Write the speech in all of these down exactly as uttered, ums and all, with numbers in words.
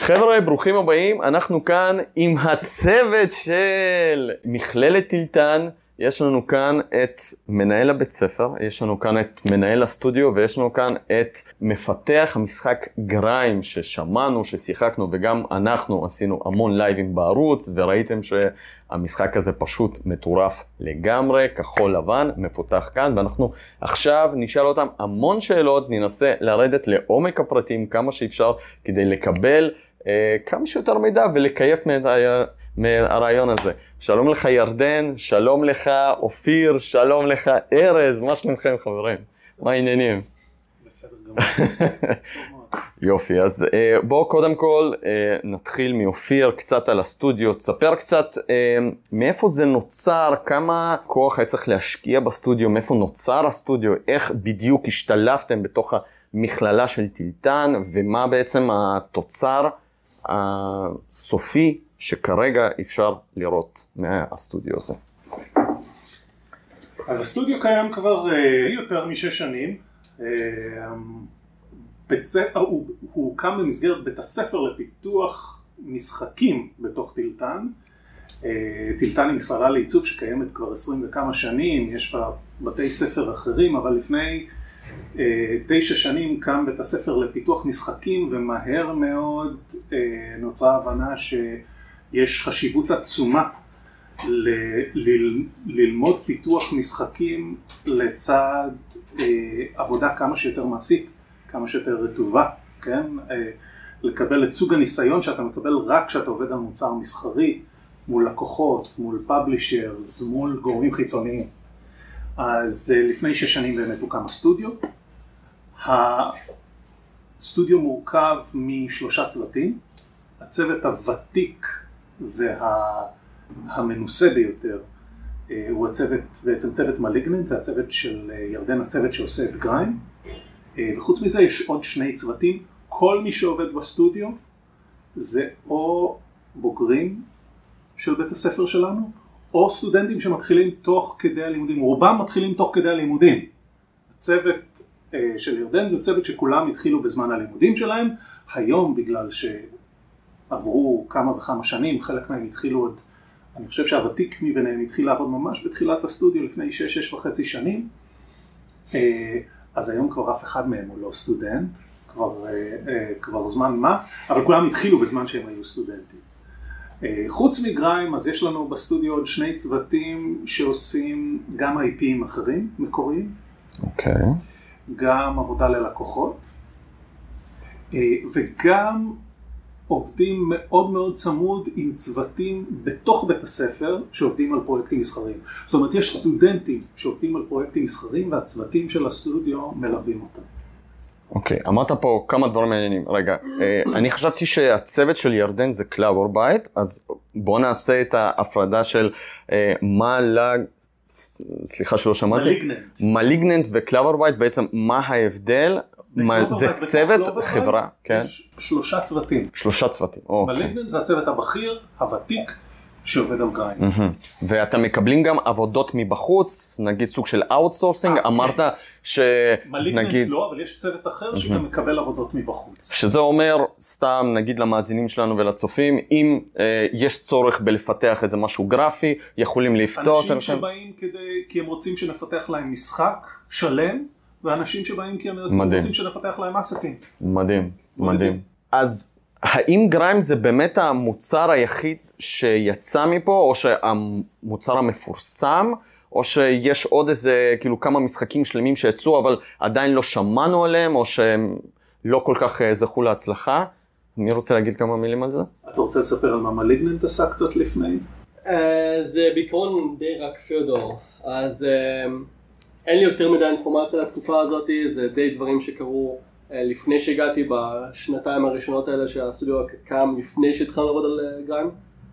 חבר'ה, ברוכים הבאים, אנחנו כאן עם הצוות של מכללת טילטן. יש לנו כאן את מנהל הבית ספר, יש לנו כאן את מנהל הסטודיו, ויש לנו כאן את מפתח המשחק גריים ששמענו, ששיחקנו, וגם אנחנו עשינו המון לייבים בערוץ, וראיתם שהמשחק הזה פשוט מטורף לגמרי, כחול לבן, מפותח כאן, ואנחנו עכשיו נשאל אותם המון שאלות, ננסה לרדת לעומק הפרטים כמה שאפשר, כדי לקבל אה, כמה שיותר מידע ולקייף מהרעיון, מהרעיון הזה. שלום לך ירדן, שלום לך אופיר, שלום לך ארז, מה שלומכם חברים? מה העניינים? בסדר גמור. יופי, אז בואו קודם כל נתחיל מאופיר קצת על הסטודיו, תספר קצת מאיפה זה נוצר, כמה כוח היה צריך להשקיע בסטודיו, מאיפה נוצר הסטודיו, איך בדיוק השתלבתם בתוך המכללה של טילטן, ומה בעצם התוצר הסופי שכרגע אפשר לראות מהסטודיו הזה. אז הסטודיו קיים כבר יותר משש שנים. הוא הוקם במסגרת בית הספר לפיתוח משחקים בתוך טילטן. טילטן היא מכללה לעיצוב שקיימת כבר עשרים וכמה שנים, יש בה בתי ספר אחרים, אבל לפני תשע שנים קם בית הספר לפיתוח משחקים, ומהר מאוד נוצרה הבנה שיש חשיבות עצומה ל- ל- ללמוד פיתוח משחקים לצד עבודה כמה שיותר מעשית, כמה שיותר רטובה, כן? לקבל את סוג הניסיון שאתה מקבל רק כשאתה עובד על מוצר מסחרי, מול לקוחות, מול פאבלישרס, מול גורמים חיצוניים. אז לפני שש שנים באמת הוקם הסטודיו. הסטודיו מורכב משלושה צוותים. הצוות הוותיק והמנוסה ביותר הוא הצוות, בעצם צוות מליגננט, זה הצוות של ירדן, הצוות שעושה את גריים. וחוץ מזה יש עוד שני צוותים. כל מי שעובד בסטודיו זה או בוגרים של בית הספר שלנו, או סטודנטים שמתחילים תוך כדי הלימודים. רובם מתחילים תוך כדי הלימודים. הצוות של ירדן זה צוות שכולם התחילו בזמן הלימודים שלהם. היום בגלל שעברו כמה וכמה שנים, חלק מהם התחילו עוד, אני חושב שהוותיק מביניהם התחיל לעבוד ממש בתחילת הסטודיו לפני שש, שש וחצי שנים. אז היום כבר אף אחד מהם הוא לא סטודנט, כבר, כבר זמן מה, אבל כולם התחילו בזמן שהם היו סטודנטים. חוץ מגריים, אז יש לנו בסטודיו עוד שני צוותים שעושים גם איי פי'ים אחרים, מקוריים. אוקיי. Okay. גם עבודה ללקוחות. וגם עובדים מאוד מאוד צמוד עם צוותים בתוך בית הספר שעובדים על פרויקטים מסחריים. זאת אומרת, יש סטודנטים שעובדים על פרויקטים מסחריים והצוותים של הסטודיו מלווים אותם. אוקיי, okay, אמרת פה כמה דברים מעניינים. רגע, אני חשבתי שהצוות של ירדן זה קלאוורבייט, אז בוא נעשה את ההפרדה של מלאג, סליחה שלא שמעתי. מליגננט. מליגננט וקלאוורבייט, בעצם מה ההבדל? מה, זה צוות, חברה, כן? יש שלושה צוותים. שלושה צוותים, אוקיי. מליגננט זה הצוות הבכיר, הוותיק, שעובד על גריים. ואתם מקבלים גם עבודות מבחוץ, נגיד סוג של אאוטסורסינג, אמרת שנגיד... מליגננט לא, אבל יש צוות אחר שגם מקבל עבודות מבחוץ. שזה אומר, סתם נגיד למאזינים שלנו ולצופים, אם יש צורך בלפתח איזה משהו גרפי, יכולים לפתור... אנשים שבאים כדי, כי הם רוצים שנפתח להם משחק שלם, ואנשים שבאים כי הם רוצים שנפתח להם אסטים. מדהים, מדהים. אז האם גריים זה באמת המוצר היחיד שיצא מפה, או שהמוצר המפורסם, או שיש עוד איזה, כאילו, כמה משחקים שלמים שיצאו, אבל עדיין לא שמענו עליהם, או שהם לא כל כך זכו להצלחה? מי רוצה להגיד כמה מילים על זה? אתה רוצה לספר על מה מליגננט עשה קצת לפני? זה בעיקרון די רק פיודור, אז אין לי יותר מדי אינפורמציה על התקופה הזאת, זה די דברים שקרו לפני שהגעתי בשנתיים הראשונות האלה שהסטודיו קם לפני שהתחלנו לעבוד על גריים.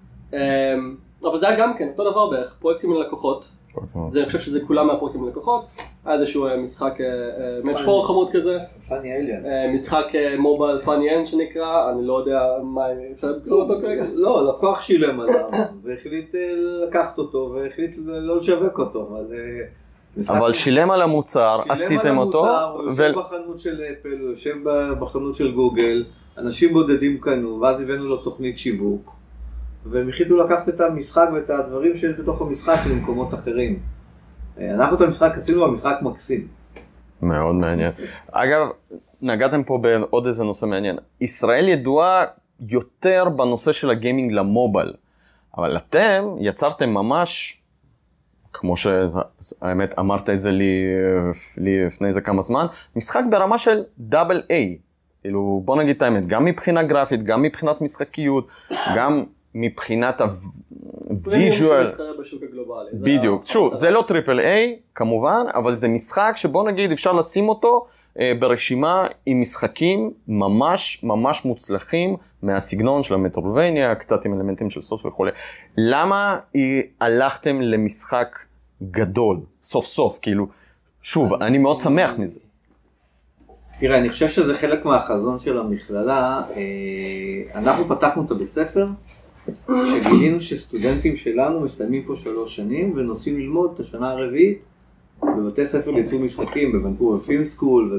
אבל זה היה גם כן, אותו דבר בערך, פרויקטים ללקוחות. זה, אני חושב שזה כולם מהפרויקטים ללקוחות. היה איזשהו משחק מאץ' פור חמוד כזה. פאני אליאנס. משחק מובייל פאני אליאנס שנקרא, אני לא יודע מה, אפשר לבצור אותו כרגע? לא, לקוח שילם עליו, והחליט לקחת אותו, והחליט לא לשווק אותו, אבל... אבל שילם על המוצר, עשיתם אותו. הוא יושב בחנות של אפל, הוא יושב בחנות של גוגל, אנשים בודדים קנו, ואז הבאנו לו תוכנית שיווק, והם החליטו לקחת את המשחק ואת הדברים שיש בתוך המשחק למקומות אחרים. אנחנו את המשחק עשינו, המשחק מקסים. מאוד מעניין. אגב, נגעתם פה בעוד איזה נושא מעניין. ישראל ידועה יותר בנושא של הגיימינג למובייל, אבל אתם יצרתם ממש, כמו שהאמת אמרת את זה לי, לי לפני איזה כמה זמן, משחק ברמה של דאבל איי. כאילו, בוא נגיד את האמת, גם מבחינה גרפית, גם מבחינת משחקיות, גם מבחינת הוויז'ואל. בדיוק. שוב, זה לא טריפל איי, כמובן, אבל זה משחק שבוא נגיד אפשר לשים אותו ברשימה עם משחקים ממש ממש מוצלחים מהסגנון של המטרולבניה, קצת עם אלמנטים של סוף וכו'. למה הלכתם למשחק גדול, סוף סוף? כאילו, שוב, אני מאוד שמח מזה. תראה, אני חושב שזה חלק מהחזון של המכללה. אנחנו פתחנו את הבית ספר, שגילינו שסטודנטים שלנו מסיימים פה שלוש שנים ונוסעים ללמוד את השנה הרביעית בבתי ספר לייצור משחקים, בוונקובר פילם סקול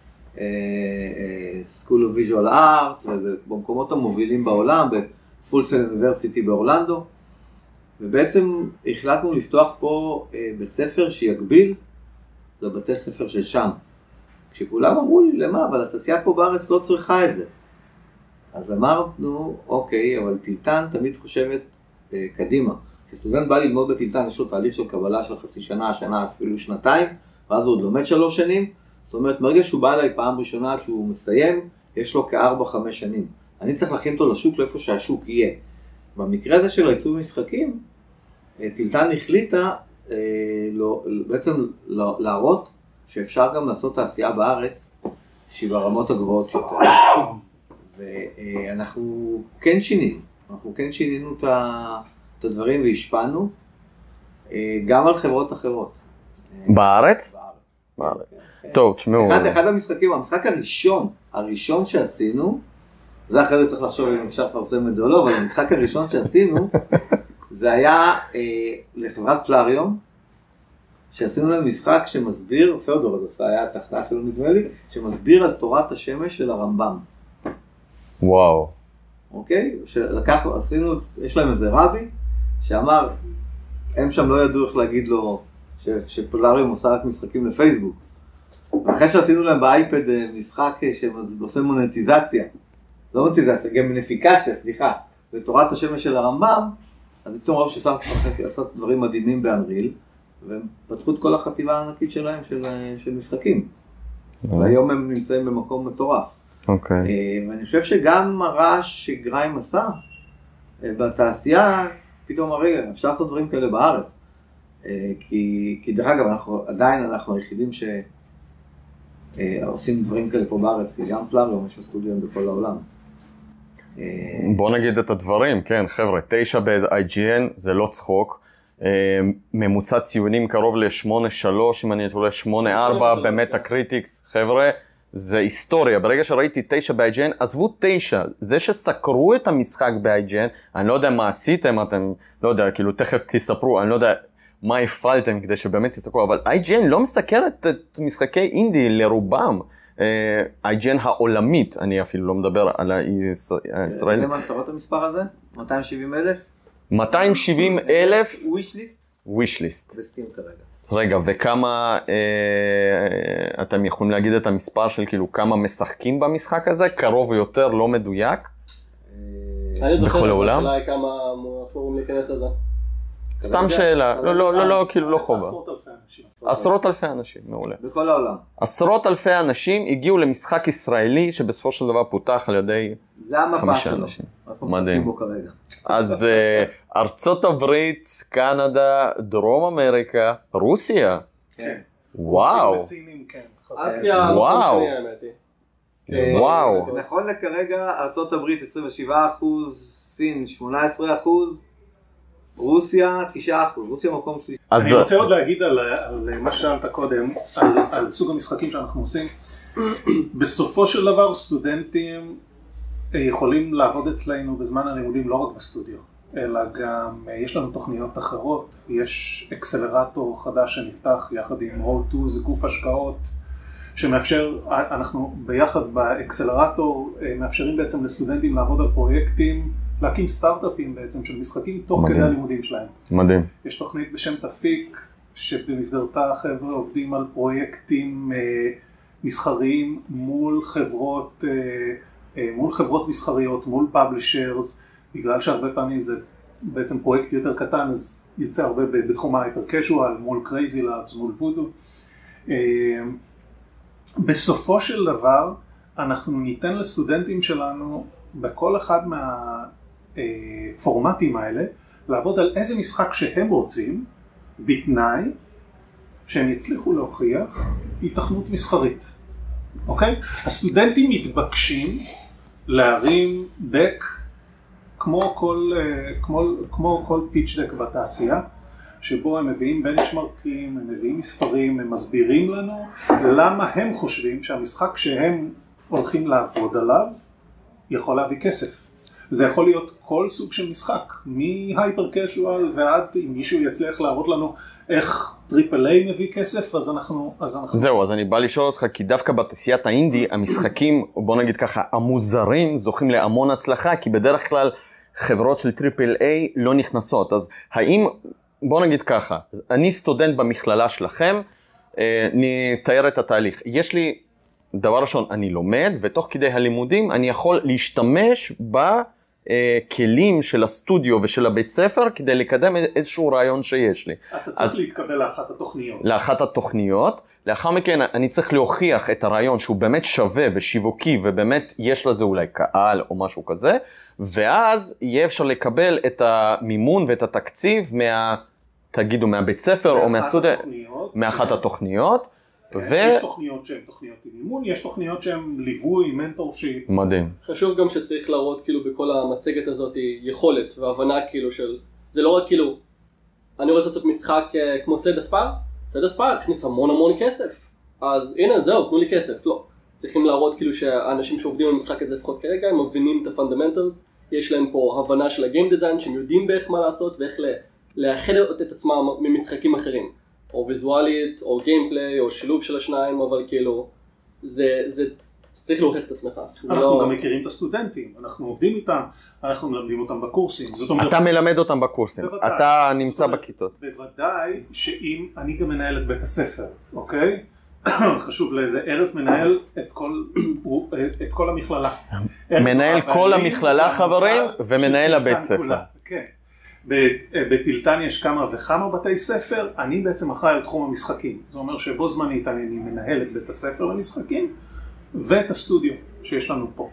ובסקול אוף ויז'ואל ארט ובמקומות המובילים בעולם, בפולסן אוניברסיטי באורלנדו. ובעצם החלטנו לפתוח פה בית ספר שיגביל לבתי ספר של שם. כשכולם אמרו לי, למה? אבל התעשייה פה בארץ לא צריכה את זה. אז אמרנו, אוקיי, אבל טילטן תמיד חושבת אה, קדימה. כשסטודנט בא ללמוד בטילטן, יש לו תהליך של קבלה של חצי שנה, שנה, אפילו שנתיים, ואז הוא עוד לומד שלוש שנים. זאת אומרת, מרגע שהוא בא אליי פעם ראשונה, כשהוא מסיים, יש לו כארבע, חמש שנים. אני צריך להכין אותו לשוק לאיפה שהשוק יהיה. במקרה הזה של ייצור משחקים, אה, טילטן החליטה אה, לא, בעצם לא, להראות שאפשר גם לעשות תעשייה בארץ, שהיא ברמות הגבוהות יותר. ואנחנו כן שינינו, אנחנו כן שינינו את הדברים והשפענו, גם על חברות אחרות. בארץ? בארץ. טוב, תשמעו. אחד המשחקים, המשחק הראשון, הראשון שעשינו, זה אחרי זה צריך לחשוב אם אפשר לפרסם את זה או לא, אבל המשחק הראשון שעשינו, זה היה לחברת פלאריום, שעשינו להם משחק שמסביר, פאודור, זה היה התחנה שלו נדמה לי, שמסביר על תורת השמש של הרמב"ם. וואו. אוקיי? שלקחנו, עשינו, יש להם איזה רבי, שאמר, הם שם לא ידעו איך להגיד לו, ש, שפולריום עושה רק משחקים לפייסבוק. ואחרי שעשינו להם באייפד משחק שעושה מונטיזציה, לא מונטיזציה, גם מוניפיקציה, סליחה, לתורת השמש של הרמב"ם, אז פתאום ראו שאפשר לעשות דברים מדהימים באנריל, והם פתחו את כל החטיבה הענקית שלהם של, של משחקים. והיום הם נמצאים במקום מטורף. אוקיי. ואני חושב שגם הרעש שגריים עשה בתעשייה, פתאום הרגע, אפשר לעשות דברים כאלה בארץ. כי, כי דרך אגב, אנחנו, עדיין אנחנו היחידים שעושים דברים כאלה פה בארץ, כי גם פלאריום יש סטודיו בכל העולם. בוא נגיד את הדברים, כן, חבר'ה, תשע ב-איי ג'י אן זה לא צחוק. ממוצע ציונים קרוב ל-שמונה שלוש, אם אני אתולה שמונה ארבע במטה-קריטיקס, חבר'ה, זה היסטוריה. ברגע שראיתי תשע ב-איי ג'י אן, עזבו תשע, זה שסקרו את המשחק ב-איי ג'י אן, אני לא יודע מה עשיתם, אתם, לא יודע, כאילו תכף תספרו, אני לא יודע מה הפעלתם כדי שבאמת תסקרו, אבל איי ג'י אן לא מסקרת את משחקי אינדי לרובם. איי ג'י אן העולמית, אני אפילו לא מדבר על הישראל. למה אתה רואה את המספר הזה? מאתיים שבעים אלף? מאתיים שבעים אלף ווישליסט? ווישליסט. בסטים כרגע. רגע, וכמה, אה, אתם יכולים להגיד את המספר של כאילו כמה משחקים במשחק הזה? קרוב יותר, לא מדויק? אני זוכר, אולי כמה אנחנו יכולים להיכנס לזה. סתם שאלה, לא, לא, לא, לא, כאילו לא חובה. עשרות אלפי אנשים. עשרות אלפי אנשים, מעולה. בכל העולם. עשרות אלפי אנשים הגיעו למשחק ישראלי שבסופו של דבר פותח על ידי חמישה אנשים. מדהים. אז ארצות הברית, קנדה, דרום אמריקה, רוסיה. כן. וואו. אסיה, וואו. וואו. נכון לכרגע, ארצות הברית עשרים ושבעה אחוז, סין שמונה עשרה אחוז, רוסיה תשעה אחוז, רוסיה מקום שלישי. אני רוצה עוד להגיד על, על מה שאלת קודם, על, על סוג המשחקים שאנחנו עושים. בסופו של דבר סטודנטים יכולים לעבוד אצלנו בזמן הלימודים לא רק בסטודיו, אלא גם יש לנו תוכניות אחרות. יש אקסלרטור חדש שנפתח יחד עם רוד טו, זה גוף השקעות שמאפשר, אנחנו ביחד באקסלרטור מאפשרים בעצם לסטודנטים לעבוד על פרויקטים, להקים סטארט-אפים בעצם של משחקים תוך מדהים. כדי הלימודים שלהם. מדהים. יש תוכנית בשם תפיק, שבמסגרתה החבר'ה עובדים על פרויקטים אה, מסחריים מול חברות, אה, אה, מול חברות מסחריות, מול פאבלישרס, בגלל שהרבה פעמים זה בעצם פרויקט יותר קטן, אז יוצא הרבה בתחום ההייפר קז'ואל, מול קרייזי לאבס, מול וודו. אה, בסופו של דבר, אנחנו ניתן לסטודנטים שלנו, בכל אחד מהפורמטים האלה, לעבוד על איזה משחק שהם רוצים, בתנאי שהם יצליחו להוכיח התכנות מסחרית. אוקיי? הסטודנטים מתבקשים להרים דק כמו כל, כמו, כמו כל פיץ' דק בתעשייה, שבו הם מביאים בנצ'מרקים, הם מביאים מספרים, הם מסבירים לנו למה הם חושבים שהמשחק שהם הולכים לעבוד עליו יכול להביא כסף. זה יכול להיות כל סוג של משחק, מהייפר קז'ואל ועד אם מישהו יצליח להראות לנו איך טריפל איי מביא כסף, אז אנחנו, אז אנחנו... זהו, אז אני בא לשאול אותך, כי דווקא בתעשיית האינדי, המשחקים, בוא נגיד ככה, המוזרים, זוכים להמון הצלחה, כי בדרך כלל חברות של טריפל איי לא נכנסות. אז האם, בוא נגיד ככה, אני סטודנט במכללה שלכם, אני אתאר את התהליך. יש לי, דבר ראשון, אני לומד, ותוך כדי הלימודים אני יכול להשתמש בכלים של הסטודיו ושל הבית ספר, כדי לקדם איזשהו רעיון שיש לי. אתה צריך אז, להתקבל לאחת התוכניות. לאחת התוכניות. לאחר מכן אני צריך להוכיח את הרעיון שהוא באמת שווה ושיווקי, ובאמת יש לזה אולי קהל או משהו כזה, ואז יהיה אפשר לקבל את המימון ואת התקציב מה, תגידו, מהבית ספר או מהסטודיו, מאחת התוכניות. ו... יש תוכניות שהן תוכניות אימון, יש תוכניות שהן ליווי, מנטורשיפ. מדהים. חשוב גם שצריך להראות כאילו בכל המצגת הזאת יכולת והבנה כאילו של, זה לא רק כאילו, אני רוצה לעשות משחק כמו סלד אספר, סלד אספר הכניס המון המון כסף, אז הנה זהו, תנו לי כסף, לא. צריכים להראות כאילו שהאנשים שעובדים על משחק הזה לפחות כרגע, הם מבינים את הפונדמנטלס, יש להם פה הבנה של הגיים דיזיין, שהם יודעים באיך מה לעשות ואיך לאחד את עצמם ממשחקים אחרים. או ויזואלית, או גיימפליי, או שילוב של השניים, אבל כאילו, זה, זה צריך להוכיח את עצמך. אנחנו לא... גם מכירים את הסטודנטים, אנחנו עובדים איתם, אנחנו מלמדים אותם בקורסים. זאת אומרת, אתה מלמד אותם בקורסים, בוודאי, אתה נמצא אומרת, בכיתות. בוודאי שאם אני גם מנהל את בית הספר, אוקיי? חשוב לזה, ארז מנהל את כל, את כל המכללה. מנהל כל המכללה חברים, ומנהל הבית ספר. כן. בטילטן יש כמה וכמה בתי ספר, אני בעצם אחראי על תחום המשחקים. זה אומר שבו זמנית אני מנהל את בית הספר למשחקים ואת הסטודיו שיש לנו פה.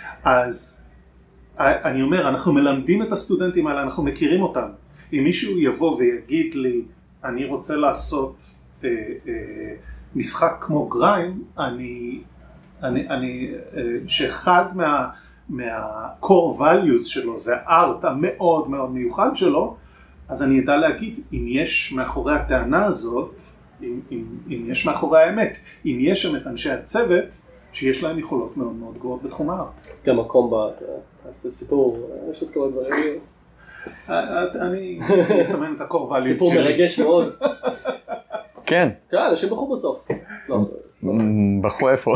אז אני אומר, אנחנו מלמדים את הסטודנטים האלה, אנחנו מכירים אותם. אם מישהו יבוא ויגיד לי, אני רוצה לעשות אה, אה, משחק כמו גריים, אני, אני, אני, אה, שאחד מה... מה-core values שלו, זה הארט המאוד מאוד מיוחד שלו, אז אני ידע להגיד אם יש מאחורי הטענה הזאת, אם, אם, אם יש מאחורי האמת, אם יש שם את אנשי הצוות, שיש להם יכולות מאוד מאוד גרועות בתחום הארט. גם הקומבט, זה סיפור, יש עוד כמה דברים. אני אסמן את ה-core values שלי. סיפור מרגש מאוד. כן. כן, אנשים בחרו בסוף. בחרו איפה?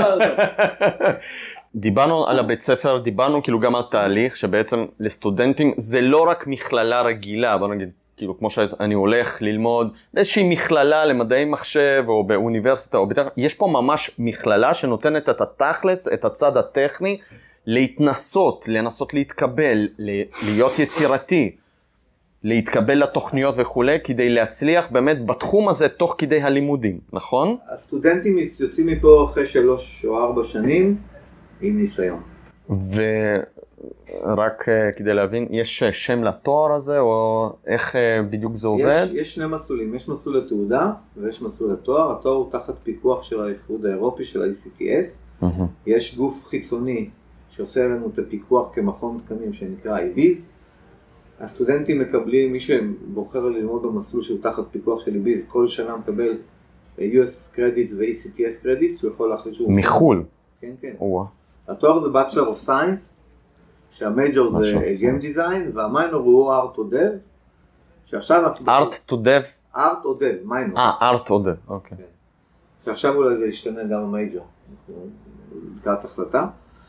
דיברנו על הבית ספר, דיברנו כאילו גם על תהליך שבעצם לסטודנטים זה לא רק מכללה רגילה, בוא נגיד, כאילו כמו שאני הולך ללמוד באיזושהי מכללה למדעי מחשב או באוניברסיטה או בתר... יש פה ממש מכללה שנותנת את התכלס, את הצד הטכני, להתנסות, לנסות להתקבל, להיות יצירתי, להתקבל לתוכניות וכו', כדי להצליח באמת בתחום הזה תוך כדי הלימודים, נכון? הסטודנטים יוצאים מפה אחרי שלוש או ארבע שנים, עם ניסיון. ורק כדי להבין, יש שם לתואר הזה, או איך בדיוק זה עובד? יש, יש שני מסלולים, יש מסלול לתעודה, ויש מסלול לתואר. התואר הוא תחת פיקוח של האיחוד האירופי, של ה-איי סי טי אס. Mm-hmm. יש גוף חיצוני שעושה לנו את הפיקוח כמכון תקנים, שנקרא איי ביז. הסטודנטים מקבלים, מי שבוחר ללמוד במסלול שהוא תחת פיקוח של איי ביז, כל שנה מקבל יו אס קרדיטס ו-איי סי טי אס קרדיטס, הוא יכול להחליט שהוא... מחול. כן, כן. וואו. התואר זה Bachelor of Science, שהמייג'ור זה Game Design, והמיינור הוא Art או Dev, שעכשיו... Art to Dev? Art או Dev, מיינור. אה, Art או Dev, אוקיי. שעכשיו אולי זה ישתנה גם המייג'ר, לקראת החלטה.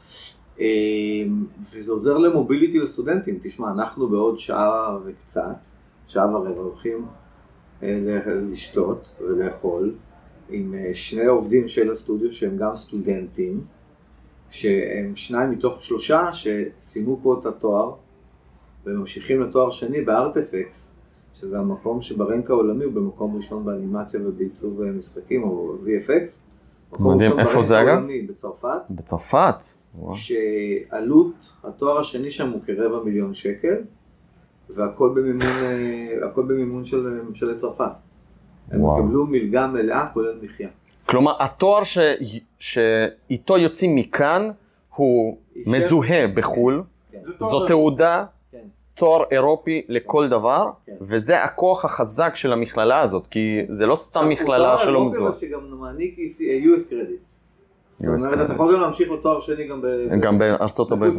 וזה עוזר למוביליטי לסטודנטים. תשמע, אנחנו בעוד שעה וקצת, שעה ורבע הולכים לשתות ולאכול עם שני עובדים של הסטודיו שהם גם סטודנטים, שהם שניים מתוך שלושה שסיימו פה את התואר וממשיכים לתואר שני בארטפקס, שזה המקום שברנק העולמי הוא במקום ראשון באנימציה ובעיצוב משחקים, או וי אף אקס. מדהים, איפה זה אגב? בצרפת. בצרפת? שעלות התואר השני שם הוא כרבע מיליון שקל, והכל במימון, הכל במימון של, של צרפת. הם יקבלו מלגה מלאה כולל מחיה. כלומר, התואר ש... שאיתו יוצאים מכאן הוא מזוהה בחול, כן. זו תעודה, כן. תואר אירופי לכל דבר, כן. וזה הכוח החזק של המכללה הזאת, כי זה לא סתם מכללה שלא מזוהה. הוא תואר שגם מעניק יו אס קרדיטס. זאת אומרת, אתה יכול גם להמשיך לתואר שני גם ב... גם בארצות הברית.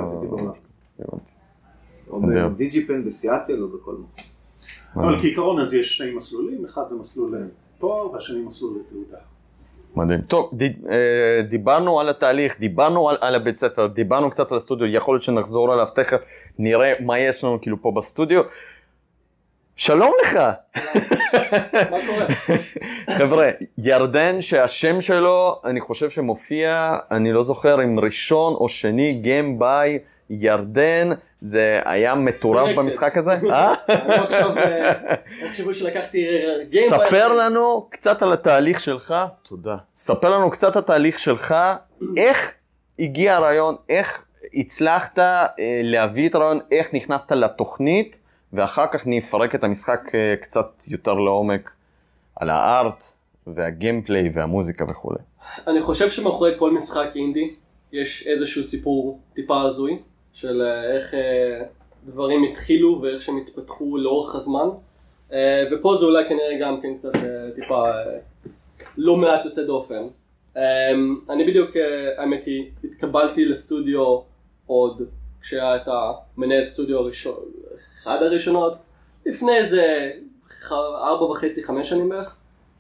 או בדיג'יפן בסיאטל או בכל מקום. אבל כעיקרון אז יש שני מסלולים, אחד זה מסלול לתואר והשני מסלול לתעודה. מדהים. טוב, דיברנו על התהליך, דיברנו על הבית ספר, דיברנו קצת על הסטודיו, יכול להיות שנחזור עליו תכף, נראה מה יש לנו כאילו פה בסטודיו. שלום לך. מה קורה? חבר'ה, ירדן שהשם שלו, אני חושב שמופיע, אני לא זוכר אם ראשון או שני, Game by ירדן, זה היה מטורף במשחק הזה. אני עכשיו, איך שבוי שלקחתי Game by... ספר לנו קצת על התהליך שלך, תודה. ספר לנו קצת על התהליך שלך, איך הגיע הרעיון, איך הצלחת להביא את הרעיון, איך נכנסת לתוכנית, ואחר כך נפרק את המשחק קצת יותר לעומק על הארט והגיימפליי והמוזיקה וכו'. אני חושב שמאחורי כל משחק אינדי יש איזשהו סיפור טיפה הזוי של איך דברים התחילו ואיך שהם התפתחו לאורך הזמן, ופה זה אולי כנראה גם כן קצת טיפה לא מעט יוצא דופן. אני בדיוק, האמת היא, התקבלתי לסטודיו עוד כשהיה את המנהל סטודיו הראשון, אחד הראשונות, לפני איזה ארבע וחצי, חמש שנים בערך,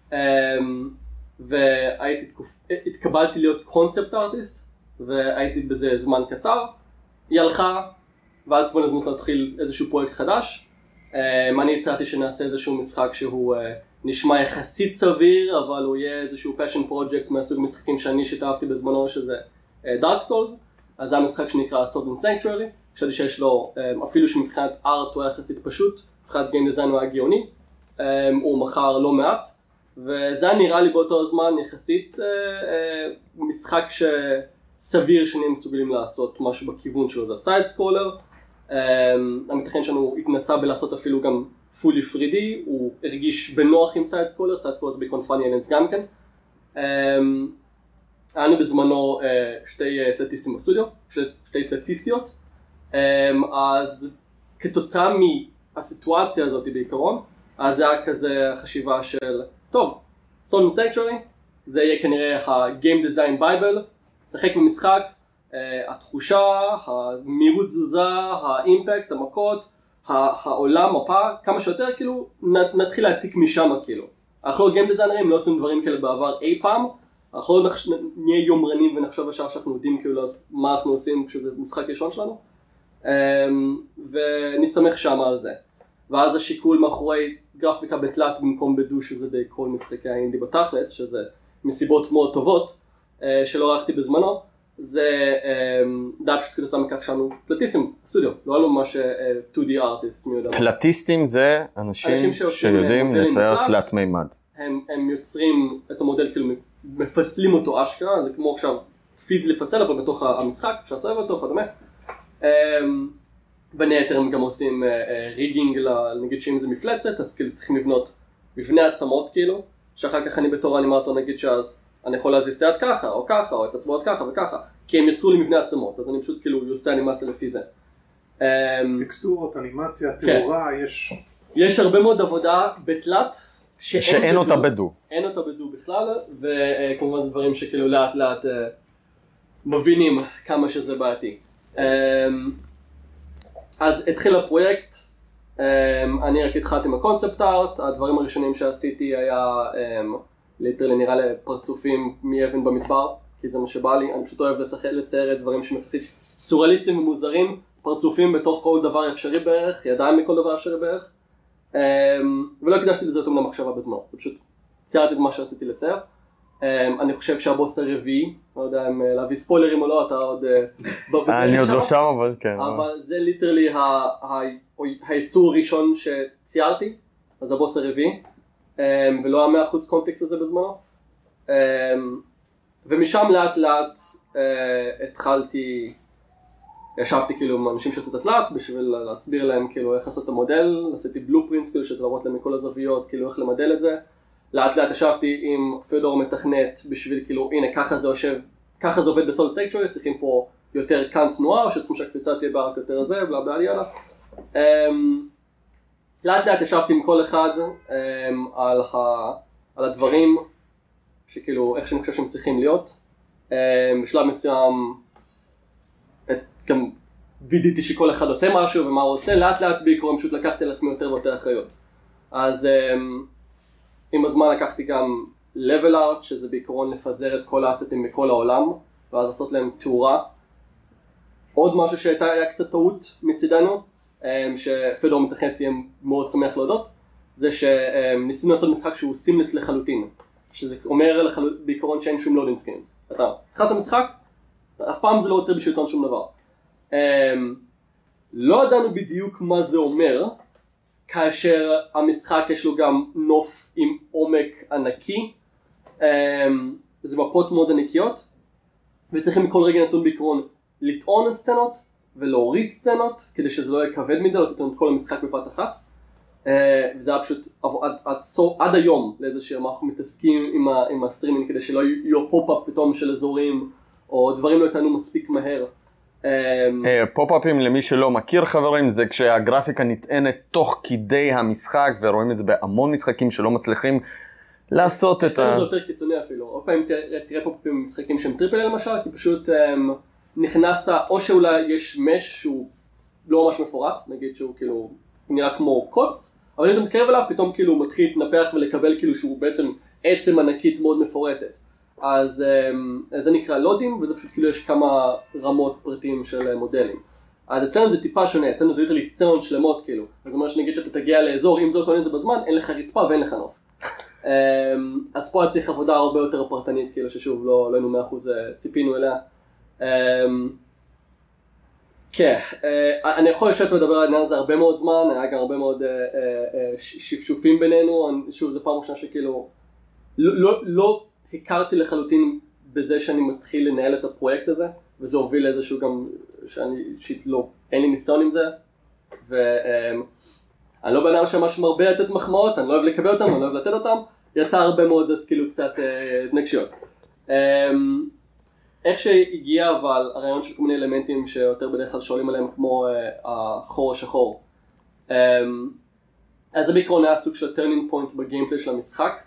והייתי, התקבלתי להיות קונספט ארטיסט, והייתי בזה זמן קצר, היא הלכה, ואז כבר נזמות להתחיל איזשהו פרויקט חדש. אני הצעתי שנעשה איזשהו משחק שהוא נשמע יחסית סביר, אבל הוא יהיה איזשהו passion project מהסוג משחקים שאני שיתפתי בזמנו, שזה Dark Souls. אז זה המשחק שנקרא Sword and Sanctuary, חשבתי שיש לו, אפילו שמבחינת ארט הוא היה יחסית פשוט, מבחינת גיים דיזיין הוא היה גאוני, הוא מכר לא מעט, וזה נראה לי באותו זמן יחסית משחק שסביר שנהיה מסוגלים לעשות משהו בכיוון שלו, זה סייד סקרולר. המתכן שלנו התנסה בלעשות אפילו גם פולי פרי די, הוא הרגיש בנוח עם סייד סקרולר, סייד סקרולר זה בעיקרון פאני אלנס גם כן. היה לנו בזמנו שתי צלטיסטים בסטודיו, שתי צלטיסטיות, אז כתוצאה מהסיטואציה הזאת בעיקרון, אז זה היה כזה חשיבה של, טוב, Sword and Sanctuary, זה יהיה כנראה ה-Game Design Bible, שחק במשחק, התחושה, המהירות תזוזה, האימפקט, המכות, העולם, מפה, כמה שיותר, כאילו, נתחיל להעתיק משם, כאילו. אנחנו לא Game Designers, לא עושים דברים כאלה בעבר אי פעם, אנחנו לא נהיה יומרנים ונחשוב בשעה שאנחנו יודעים כאילו מה אנחנו עושים כשזה משחק ראשון שלנו, ונסתמך שם על זה. ואז השיקול מאחורי גרפיקה בתלת במקום בדו, שזה די כל משחקי האינדי בתכלס, שזה מסיבות מאוד טובות שלא ערכתי בזמנו, זה די פשוט כתוצאה מכך שאנו פלטיסטים בסטודיו, לא היה לנו ממש טו די ארטיסט. פלטיסטים זה אנשים שיודעים לצייר תלת מימד. הם יוצרים את המודל, כאילו מפסלים אותו אשכרה, זה כמו עכשיו פיזי לפסל, אבל בתוך המשחק, אפשר לסובב אותו, חדמה. בין היתר הם גם עושים ריגינג, נגיד שאם זה מפלצת, אז כאילו צריכים לבנות מבנה עצמות כאילו, שאחר כך אני בתור אנימטור נגיד שאז אני יכול להזיז את היד ככה, או ככה, או את עצמאות ככה וככה, כי הם יצרו לי מבנה עצמות, אז אני פשוט כאילו עושה אנימציה לפי זה. טקסטורות, אנימציה, תאורה, יש... יש הרבה מאוד עבודה בתלת, שאין אותה בדו. אין אותה בדו בכלל, וכמובן זה דברים שכאילו לאט לאט מבינים כמה שזה בעייתי. אז התחיל הפרויקט, אני רק התחלתי עם הקונספט ארט, הדברים הראשונים שעשיתי היה ליטרלי נראה לי פרצופים מאבן במדבר, כי זה מה שבא לי, אני פשוט אוהב לשחק לצייר דברים שמחצית סוריאליסטיים ומוזרים, פרצופים בתוך כל דבר אפשרי בערך, ידיים מכל דבר אפשרי בערך, ולא הקדשתי לזה יותר למחשבה בזמן, זה פשוט ציירתי את מה שרציתי לצייר. אני חושב שהבוס הרביעי, לא יודע אם להביא ספוילרים או לא, אתה עוד... אני עוד לא שם, אבל כן. אבל זה ליטרלי היצור הראשון שציירתי, אז הבוס הרביעי, ולא היה מאה אחוז קונטקסט הזה בזמנו. ומשם לאט לאט התחלתי, ישבתי כאילו עם אנשים שעשו את התלת בשביל להסביר להם כאילו איך לעשות את המודל, עשיתי בלופרינטס כאילו שזה להראות להם מכל הזוויות, כאילו איך למדל את זה. לאט לאט ישבתי עם פיודור מתכנת בשביל כאילו הנה ככה זה יושב, ככה זה עובד בסולד סקטורי, צריכים פה יותר כאן תנועה או שצריכים שהקפיצה תהיה בארק יותר הזה, בלה בלה יאללה. לאט לאט ישבתי עם כל אחד על, ה, על הדברים שכאילו איך שאני חושב שהם צריכים להיות. בשלב מסוים את, גם וידאתי שכל אחד עושה משהו ומה הוא עושה, לאט לאט בעיקרון פשוט לקחתי על עצמי יותר ויותר אחריות. אז עם הזמן לקחתי גם level art, שזה בעיקרון לפזר את כל האסטים בכל העולם, ואז לעשות להם תאורה. עוד משהו שהייתה היה קצת טעות מצידנו, שפיודור מתכנת תהיה מאוד שמח להודות, זה שניסינו לעשות משחק שהוא סימלס לחלוטין, שזה אומר לחל... בעיקרון שאין שום לודינג סקרינס. אתה נכנס למשחק, אף פעם זה לא עוצר בשלטון שום דבר. לא ידענו בדיוק מה זה אומר, כאשר המשחק יש לו גם נוף עם עומק ענקי, זה מפות מאוד ענקיות, וצריכים בכל רגע נתון בעיקרון לטעון סצנות ולהוריד סצנות, כדי שזה לא יהיה כבד מדי, לא תטעון את כל המשחק בבת אחת. וזה היה פשוט עד, עד, עד היום לאיזה שיר, אנחנו מתעסקים עם, ה, עם הסטרימינג כדי שלא יהיו פופ-אפ פתאום של אזורים, או דברים לא יתענו מספיק מהר. פופ-אפים למי שלא מכיר חברים, זה כשהגרפיקה נטענת תוך כדי המשחק, ורואים את זה בהמון משחקים שלא מצליחים לעשות את ה... זה יותר קיצוני אפילו, עוד פעם תראה פופ-אפים במשחקים שהם טריפל למשל, כי פשוט נכנס, או שאולי יש מש שהוא לא ממש מפורט, נגיד שהוא כאילו נראה כמו קוץ, אבל אם אתה מתקרב אליו פתאום כאילו הוא מתחיל להתנפח ולקבל כאילו שהוא בעצם עצם ענקית מאוד מפורטת. אז זה נקרא לודים, וזה פשוט כאילו יש כמה רמות פרטים של מודלים. אז אצלנו זה טיפה שונה, אצלנו זה יותר לי סצנות שלמות כאילו. אז זאת אומרת שנגיד שאתה תגיע לאזור, אם זה אותו נזה בזמן, אין לך רצפה ואין לך נוף. אז פה צריך עבודה הרבה יותר פרטנית, כאילו ששוב לא היינו מאה אחוז ציפינו אליה. כן, אני יכול לשבת ולדבר על העניין הזה הרבה מאוד זמן, היה גם הרבה מאוד שפשופים בינינו, שוב זו פעם ראשונה שכאילו לא הכרתי לחלוטין בזה שאני מתחיל לנהל את הפרויקט הזה, וזה הוביל לאיזשהו גם שאני אישית לא, אין לי ניסיון עם זה, ואני לא בנאדם שממש מרבה לתת מחמאות, אני לא אוהב לקבל אותם, אני לא אוהב לתת אותם, יצא הרבה מאוד אז כאילו קצת התנגשויות. איך שהגיע אבל הרעיון של כל מיני אלמנטים שיותר בדרך כלל שואלים עליהם כמו החור השחור. אז זה בעיקרון היה סוג של טרנינג פוינט בגיימפלי של המשחק.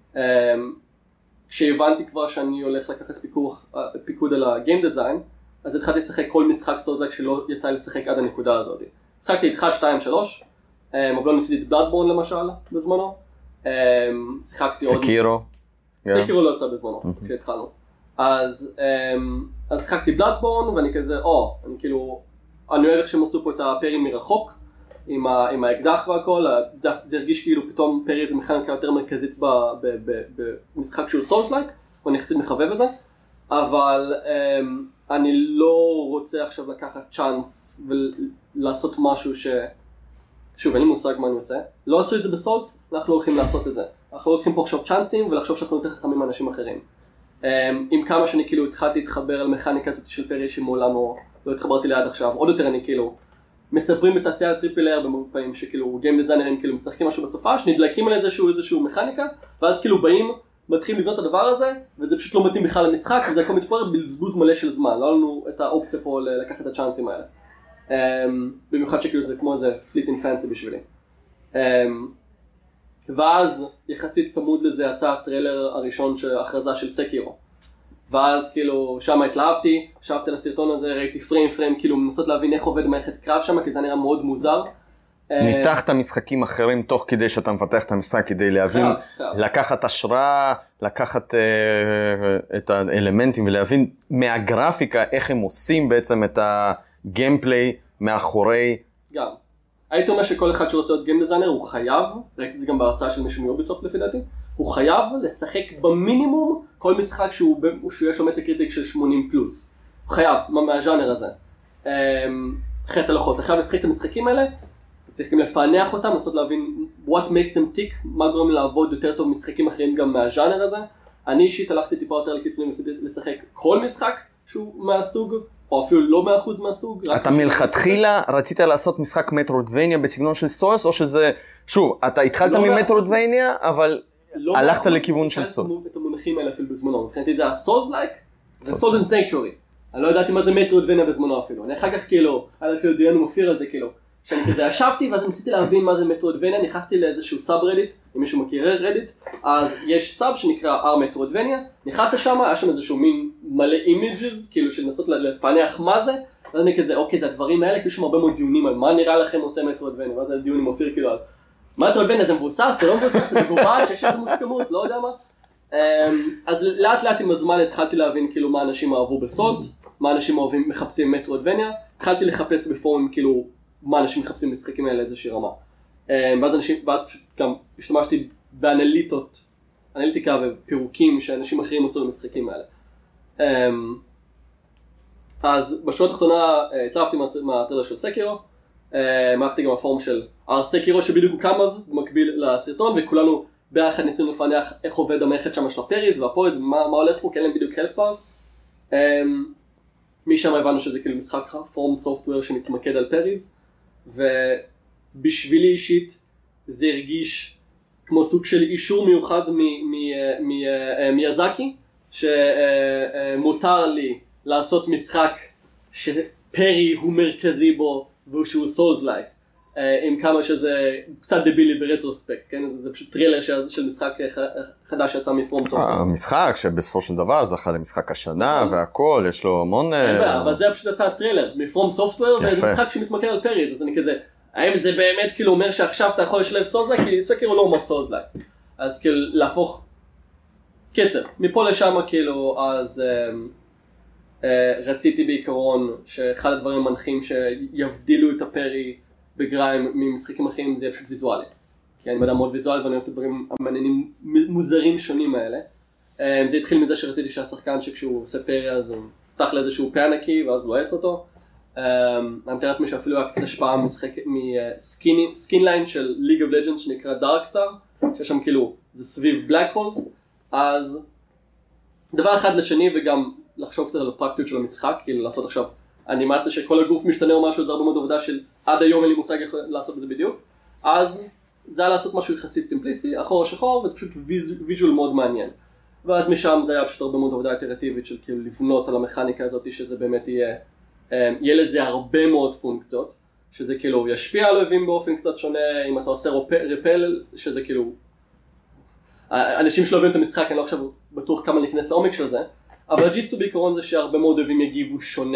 כשהבנתי כבר שאני הולך לקחת פיקוח, פיקוד על הגיים דיזיין, אז התחלתי לשחק כל משחק סולזק שלא יצא לי לשחק עד הנקודה הזאת. שחקתי את אחת, שתיים, שלוש, אבל לא ניסיתי את בלאדבורן למשל בזמנו. שיחקתי עוד... סקירו. סקירו לא יצא בזמנו, כשהתחלנו. אז אז שיחקתי בלאדבורן ואני כזה, או, אני כאילו, אני אוהב איך שהם עשו פה את הפרים מרחוק, עם, ה, עם האקדח והכל, זה, זה הרגיש כאילו פתאום פרי זה מכניקה יותר מרכזית ב, ב, ב, במשחק שהוא סולס-לייק, ואני יחסית מחבב את זה, אבל אמ, אני לא רוצה עכשיו לקחת צ'אנס ולעשות משהו ש... שוב, אין לי מושג מה אני עושה, לא עשו את זה בסולט, אנחנו לא הולכים לעשות את זה, אנחנו לא הולכים פה לחשוב צ'אנסים ולחשוב שאנחנו יותר חכמים מאנשים אחרים. עם כמה שאני כאילו התחלתי להתחבר על מכניקה הזאת של פרי שמעולם לא התחברתי ליד עכשיו, עוד יותר אני כאילו מספרים בתעשיית טריפל אייר במאות פעמים שכאילו גיים דיזיינרים כאילו משחקים משהו בסופה, שנדלקים על איזשהו איזשהו מכניקה, ואז כאילו באים, מתחילים לבנות את הדבר הזה, וזה פשוט לא מתאים בכלל למשחק, וזה הכל מתפורר בלזבוז מלא של זמן, לא לנו את האופציה פה לקחת את הצ'אנסים האלה. במיוחד שכאילו זה כמו איזה fleeting fancy בשבילי. ואז יחסית צמוד לזה יצא הטריילר הראשון של הכרזה של סקירו. ואז כאילו שם התלהבתי, שבתי לסרטון הזה, ראיתי פריים פריים, כאילו מנסות להבין איך עובד מערכת קרב שם, כי זה נראה מאוד מוזר. ניתחת משחקים אחרים תוך כדי שאתה מפתח את המשחק, כדי להבין, לקחת השראה, לקחת uh, את האלמנטים ולהבין מהגרפיקה איך הם עושים בעצם את הגיימפליי מאחורי. גם. הייתי אומר שכל אחד שרוצה להיות גיים דיזיינר הוא חייב, ראיתי זה גם בהרצאה של מישהו מיוביסופט לפי דעתי, הוא חייב לשחק במינימום כל משחק שהוא, שהוא יש לו מטה-קריטיק של שמונים פלוס. הוא חייב, מהז'אנר הזה. חטא הלכות, אתה חייב לשחק את המשחקים האלה, אתה צריך גם לפענח אותם, לנסות להבין what makes them tick, מה גורם לעבוד יותר טוב משחקים אחרים גם מהז'אנר הזה. אני אישית הלכתי טיפה יותר לקיצונים, ניסיתי לשחק כל משחק שהוא מהסוג, או אפילו לא מאה אחוז מהסוג. אתה מלכתחילה רצית לעשות משחק מטרואידבניה בסגנון של סולס, או שזה, שוב, אתה התחלת ממטרואידבניה, אבל הלכת לכיוון של סולס. את המונחים האלה אפילו בזמנו, מבחינתי זה הסולס-לייק, זה סולס אנד סנקטורי. אני לא ידעתי מה זה מטרואידבניה בזמנו אפילו. אני אחר כך כאילו, היה אפילו דיון מופיע על זה כאילו, שאני כזה ישבתי ואז ניסיתי להבין מה זה מטרואידבניה, נכנסתי לאיזשהו סאב רדיט, אם מישהו מכיר רדיט, אז יש סאב שנקרא R מטרואידבניה, נכנס לשם, היה שם איזשהו מין מלא אימג'ז, כאילו שנסות לפענח מה זה, ואז אני כזה, אוקיי, זה הדברים האלה, כאילו שם הרבה מאוד דיונים על מה נראה לכם עושה מטרואידבניה, ואז הדיון עם אופיר כאילו על מה מטרואידבניה, זה מבוסס, זה לא מבוסס, זה גובד, שיש איזה מוסכמות, לא יודע מה. אז לאט לאט עם הזמן התחלתי להבין כאילו מה אנשים אהבו בסולט, מה אנשים אוהבים מחפשים מטרואידבניה, התחלתי לחפש בפורומים כאילו מה אנשים מחפשים משחקים האלה איזושהי רמה. ואז אנשים, ואז פשוט גם השתמשתי באנליטות, אנליטיקה ופירוקים שאנשים אחרים עשו למשחקים האלה. אז בשורה התחתונה התלהבתי מהטריילר של סקירו, מערכתי גם הפורום של סקירו שבדיוק הוקם אז במקביל לסרטון, וכולנו ביחד ניסינו לפענח איך עובד המערכת שם של הפריז והפויז ומה הולך פה, כי אין להם בדיוק health bars. משם הבנו שזה כאילו משחק פורם סופטוור שמתמקד על פריז, ובשבילי אישית זה הרגיש כמו סוג של אישור מיוחד מיאזקי, שמותר לי לעשות משחק שפרי הוא מרכזי בו ושהוא סולס-לייק, עם כמה שזה קצת דבילי ברטרוספקט, כן? זה פשוט טריילר של משחק חדש שיצא מפרום סופטוור. המשחק שבסופו של דבר זכה למשחק השנה והכל, יש לו המון... אין בעיה, אבל זה פשוט יצא הטריילר מפרום סופטוור, וזה משחק שמתמקד על פריז, אז אני כזה, האם זה באמת כאילו אומר שעכשיו אתה יכול לשלב סולס-לייק? כי סקירו לא אומר סולס-לייק. אז כאילו להפוך קצר, מפה לשם כאילו, אז רציתי בעיקרון שאחד הדברים המנחים שיבדילו את הפרי בגריים ממשחקים אחרים זה פשוט ויזואלי. כי אני מדע מאוד ויזואלי ואני אוהב את הדברים המעניינים מוזרים שונים האלה. זה התחיל מזה שרציתי שהשחקן שכשהוא עושה פרי אז הוא פתח לאיזשהו פה ענקי ואז לועס אותו. אני מתאר לעצמי שאפילו היה קצת השפעה מסקין ליין של ליג אוף לג'נדס שנקרא דארקסטאר, שיש שם כאילו זה סביב בלק הולס. אז דבר אחד לשני וגם לחשוב קצת על הפרקטיות של המשחק, כאילו לעשות עכשיו אנימציה שכל הגוף משתנה או משהו, זה הרבה מאוד עבודה של עד היום אין לי מושג איך לעשות את זה בדיוק. אז זה היה לעשות משהו יחסית סימפליסטי, אחורה שחור, וזה פשוט ויז'ול מאוד מעניין. ואז משם זה היה פשוט הרבה מאוד עבודה איטרטיבית של כאילו לבנות על המכניקה הזאת, שזה באמת יהיה, יהיה לזה הרבה מאוד פונקציות, שזה כאילו ישפיע על אויבים באופן קצת שונה, אם אתה עושה רפל, שזה כאילו, אנשים שלא אוהבים את המשחק, אני לא עכשיו בטוח כמה נכנס לעומק של זה, אבל הג'יסטו בעיקרון זה שהרבה מאוד אוהבים יגיבו שונה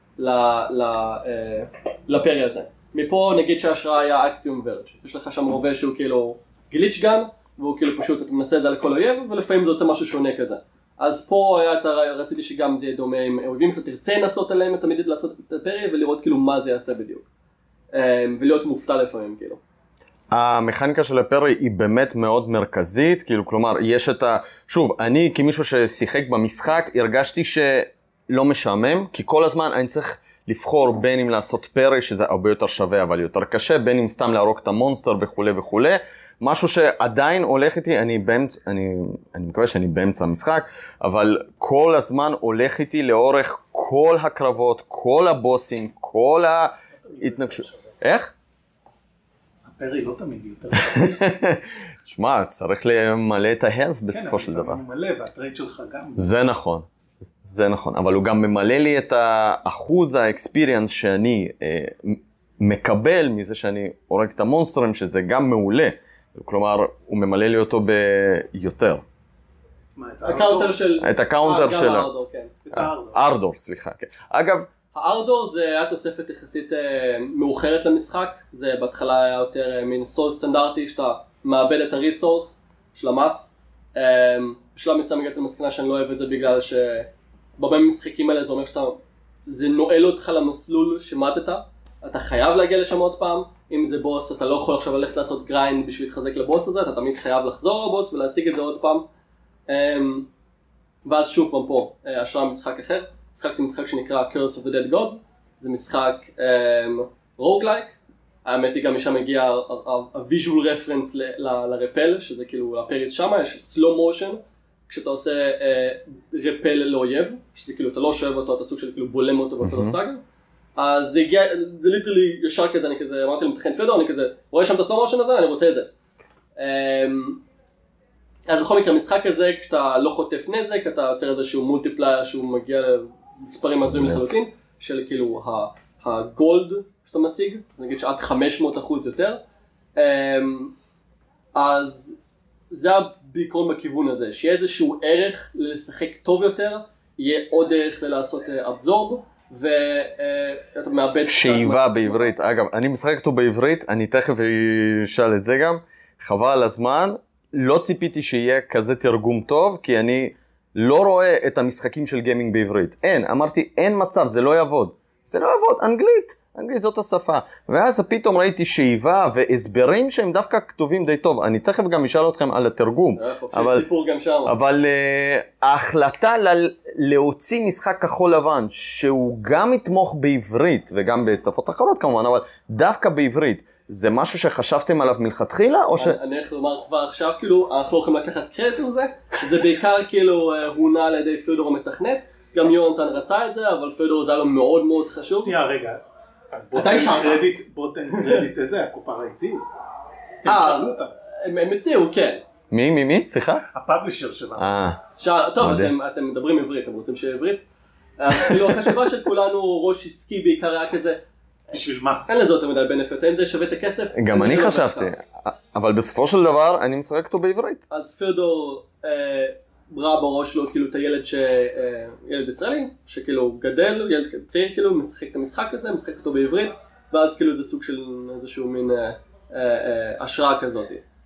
לפרי הזה. מפה נגיד שההשראה היה אקסיום ורג'. יש לך שם רובה שהוא כאילו גליץ' גן, והוא כאילו פשוט, אתה מנסה את זה על כל אויב, ולפעמים זה עושה משהו שונה כזה. אז פה היה, רציתי שגם זה יהיה דומה עם אויבים שאתה תרצה לנסות עליהם את המידית לעשות את הפרי, ולראות כאילו מה זה יעשה בדיוק. ולהיות מופתע לפעמים כאילו. המכניקה של הפרי היא באמת מאוד מרכזית, כאילו כלומר יש את ה... שוב, אני כמישהו ששיחק במשחק הרגשתי שלא משעמם, כי כל הזמן אני צריך לבחור בין אם לעשות פרי שזה הרבה יותר שווה אבל יותר קשה, בין אם סתם להרוג את המונסטר וכו' וכו'. משהו שעדיין הולך איתי, אני, באמצ... אני, אני מקווה שאני באמצע המשחק, אבל כל הזמן הולך איתי לאורך כל הקרבות, כל הבוסים, כל ההתנגשות. איך? הפרי לא תמיד יותר. שמע, צריך למלא את ההלף בסופו של דבר. כן, הוא מלא והטרייד שלך גם. זה נכון, זה נכון, אבל הוא גם ממלא לי את האחוז האקספיריאנס שאני אה, מקבל מזה שאני הורג את המונסטרים, שזה גם מעולה. כלומר, הוא ממלא לי אותו ביותר. הקאונטר של... את הקאונטר של... הארדור, כן. ארדור, סליחה, כן. אגב, הארדור זה היה תוספת יחסית מאוחרת למשחק, זה בהתחלה היה יותר מין סול סטנדרטי שאתה מאבד את הריסורס של המס. בשלב מסוים הגעתי למסקנה שאני לא אוהב את זה בגלל שבהרבה משחקים האלה זה אומר שאתה, זה נועל אותך למסלול שמטת, אתה חייב להגיע לשם עוד פעם, אם זה בוס אתה לא יכול עכשיו ללכת לעשות גריינד בשביל להתחזק לבוס הזה, אתה תמיד חייב לחזור לבוס ולהשיג את זה עוד פעם. ואז שוב פעם פה, השראה משחק אחר, משחקתי משחק שנקרא Curse of the Dead Gods, זה משחק רוגלייק, האמת היא גם משם מגיע ה-visual reference לרפל, שזה כאילו לפריס שמה, יש slow motion, כשאתה עושה רפל לאויב, שזה כאילו אתה לא שואב אותו, אתה סוג של כאילו בולם אותו ועושה לו סטאגר, אז זה הגיע, זה ליטרלי ישר כזה, אני כזה, אמרתי למתכן פדור, אני כזה, רואה שם את הסלו מושן הזה, אני רוצה את זה. אז בכל מקרה, המשחק הזה, כשאתה לא חוטף נזק, אתה יוצר איזשהו מולטיפלייר שהוא מגיע למספרים הזויים לחלוטין, של כאילו הגולד שאתה משיג, אז נגיד שעד חמש מאות אחוז יותר. אז זה בעיקרון בכיוון הזה, שיהיה איזשהו ערך לשחק טוב יותר, יהיה עוד ערך ללעשות אבזורב, ואתה מאבד... שאיבה בעברית, אגב, אני משחק אותו בעברית, אני תכף אשאל את זה גם, חבל על הזמן, לא ציפיתי שיהיה כזה תרגום טוב, כי אני לא רואה את המשחקים של גיימינג בעברית. אין, אמרתי, אין מצב, זה לא יעבוד. זה לא יעבוד, אנגלית, אנגלית זאת השפה. ואז פתאום ראיתי שאיבה והסברים שהם דווקא כתובים די טוב. אני תכף גם אשאל אתכם על התרגום. אבל, אבל uh, ההחלטה ל- להוציא משחק כחול לבן, שהוא גם יתמוך בעברית, וגם בשפות אחרות כמובן, אבל דווקא בעברית, זה משהו שחשבתם עליו מלכתחילה, או ש... אני הולך לומר כבר עכשיו, כאילו, אנחנו הולכים לקחת קרדיט על זה, זה בעיקר כאילו הונה על ידי פדור המתכנת, גם יונתן רצה את זה, אבל פדור זה היה לו מאוד מאוד חשוב. יא רגע, אתה ישרת. בוא תן קרדיט לזה, הקופרה הציעו. אה, הם הציעו, כן. מי, מי, מי? סליחה? הפאבלישר שלנו. אה. טוב, אתם מדברים עברית, אתם רוצים שיהיה עברית? אז כאילו, החשיבה של כולנו, ראש עסקי בעיקר היה כזה, בשביל מה? אין לזה יותר מדי בנפיט, אין זה שווה את הכסף. גם אני חשבתי, אבל בסופו של דבר אני משחק אותו בעברית. אז פדור ראה בראש לו כאילו את הילד ש... ילד ישראלי, שכאילו גדל, ילד צעיר כאילו, משחק את המשחק הזה, משחק אותו בעברית, ואז כאילו זה סוג של איזשהו מין השראה כזאת.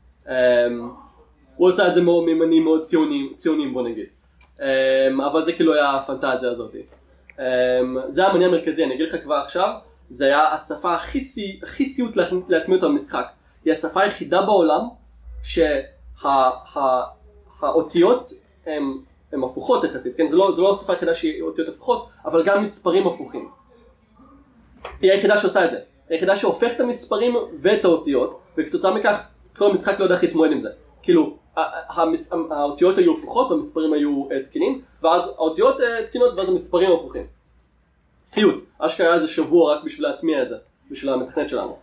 הוא עושה את זה מאוד מימנים מאוד ציונים בוא נגיד. אבל זה כאילו היה הפנטזיה הזאת. זה המניע המרכזי, אני אגיד לך כבר עכשיו, זה היה השפה הכי, הכי סיוט להטמיע אותה במשחק. היא השפה היחידה בעולם שהאותיות הן הפוכות יחסית, כן? זה לא, זה לא השפה היחידה שהיא אותיות הפוכות, אבל גם מספרים הפוכים. היא היחידה שעושה את זה. היא היחידה שהופכת את המספרים ואת האותיות, וכתוצאה מכך כל המשחק לא יודע איך להתמודד עם זה. כאילו, האותיות היו הפוכות והמספרים היו תקינים, ואז האותיות תקינות ואז המספרים הפוכים. סיוט, אשכרה איזה שבוע רק בשביל להטמיע את זה, בשביל המתכנת שלנו.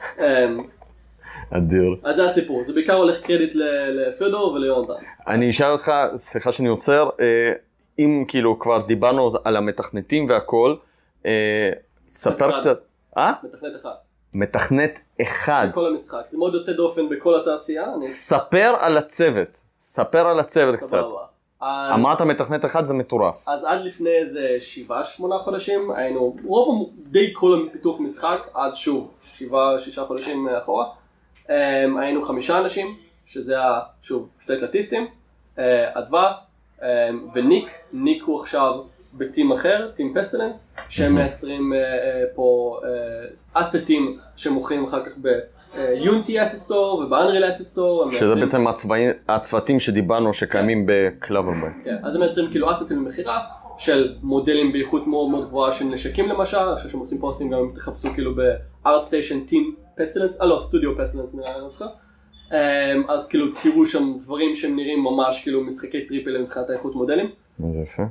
אדיר. אז זה הסיפור, זה בעיקר הולך קרדיט לפדור וליונתן. אני אשאל אותך, סליחה שאני עוצר, אם כאילו כבר דיברנו על המתכנתים והכל, תספר קצת... אה? מתכנת אחד. מתכנת אחד. בכל המשחק, זה מאוד יוצא דופן בכל התעשייה. ספר על הצוות, ספר על הצוות קצת. אמרת מתכנת אחד זה מטורף. אז עד לפני איזה שבעה שמונה חודשים היינו, רוב די כל פיתוח משחק, עד שוב שבעה שישה חודשים אחורה, היינו חמישה אנשים, שזה היה שוב שתי קלטיסטים, אדווה וניק, ניק הוא עכשיו בטים אחר, טים פסטלנס, שהם מייצרים פה אסטים שמוכרים אחר כך ב... יונטי אסיסטור ובאנריל אסיסטור. שזה בעצם הצוותים שדיברנו שקיימים בקלאברבוי. כן, אז הם מייצרים כאילו אסטים במחירה של מודלים באיכות מאוד מאוד גבוהה של נשקים למשל, אני חושב שהם עושים פוסטים גם אם תחפשו כאילו בארט סטיישן טים פסטלנס, אה לא, סטודיו פסטלנס נראה לי אותך. אז כאילו תראו שם דברים שהם נראים ממש כאילו משחקי טריפל מבחינת האיכות מודלים. זה יפה.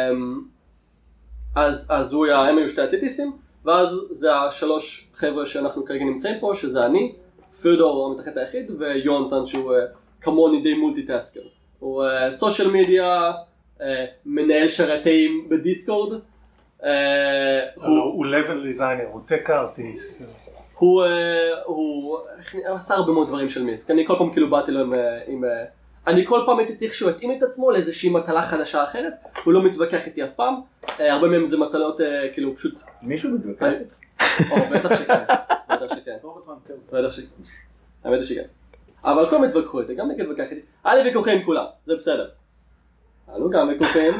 אז הוא היה, הם היו שתי אתלטיסטים. ואז זה השלוש חבר'ה שאנחנו כרגע נמצאים פה, שזה אני, פדור המתכנת היחיד, ויונתן שהוא כמוני די מולטיטאסקר. הוא סושיאל מדיה, מנהל שרתים בדיסקורד. הוא level designer, הוא tech artist. הוא עשה הרבה מאוד דברים של מיסק. אני כל פעם כאילו באתי לו עם אני כל פעם הייתי צריך שהוא יתאים את עצמו לאיזושהי מטלה חדשה אחרת, הוא לא מתווכח איתי אף פעם, הרבה מהם זה מטלות כאילו פשוט... מישהו מתווכח? או, בטח שכן, בטח שכן, בטח שכן, האמת שכן. אבל כל מתווכחו איתי, גם נגיד מתווכח איתי, היה לי ויכוחים עם כולם, זה בסדר. היו גם ויכוחים.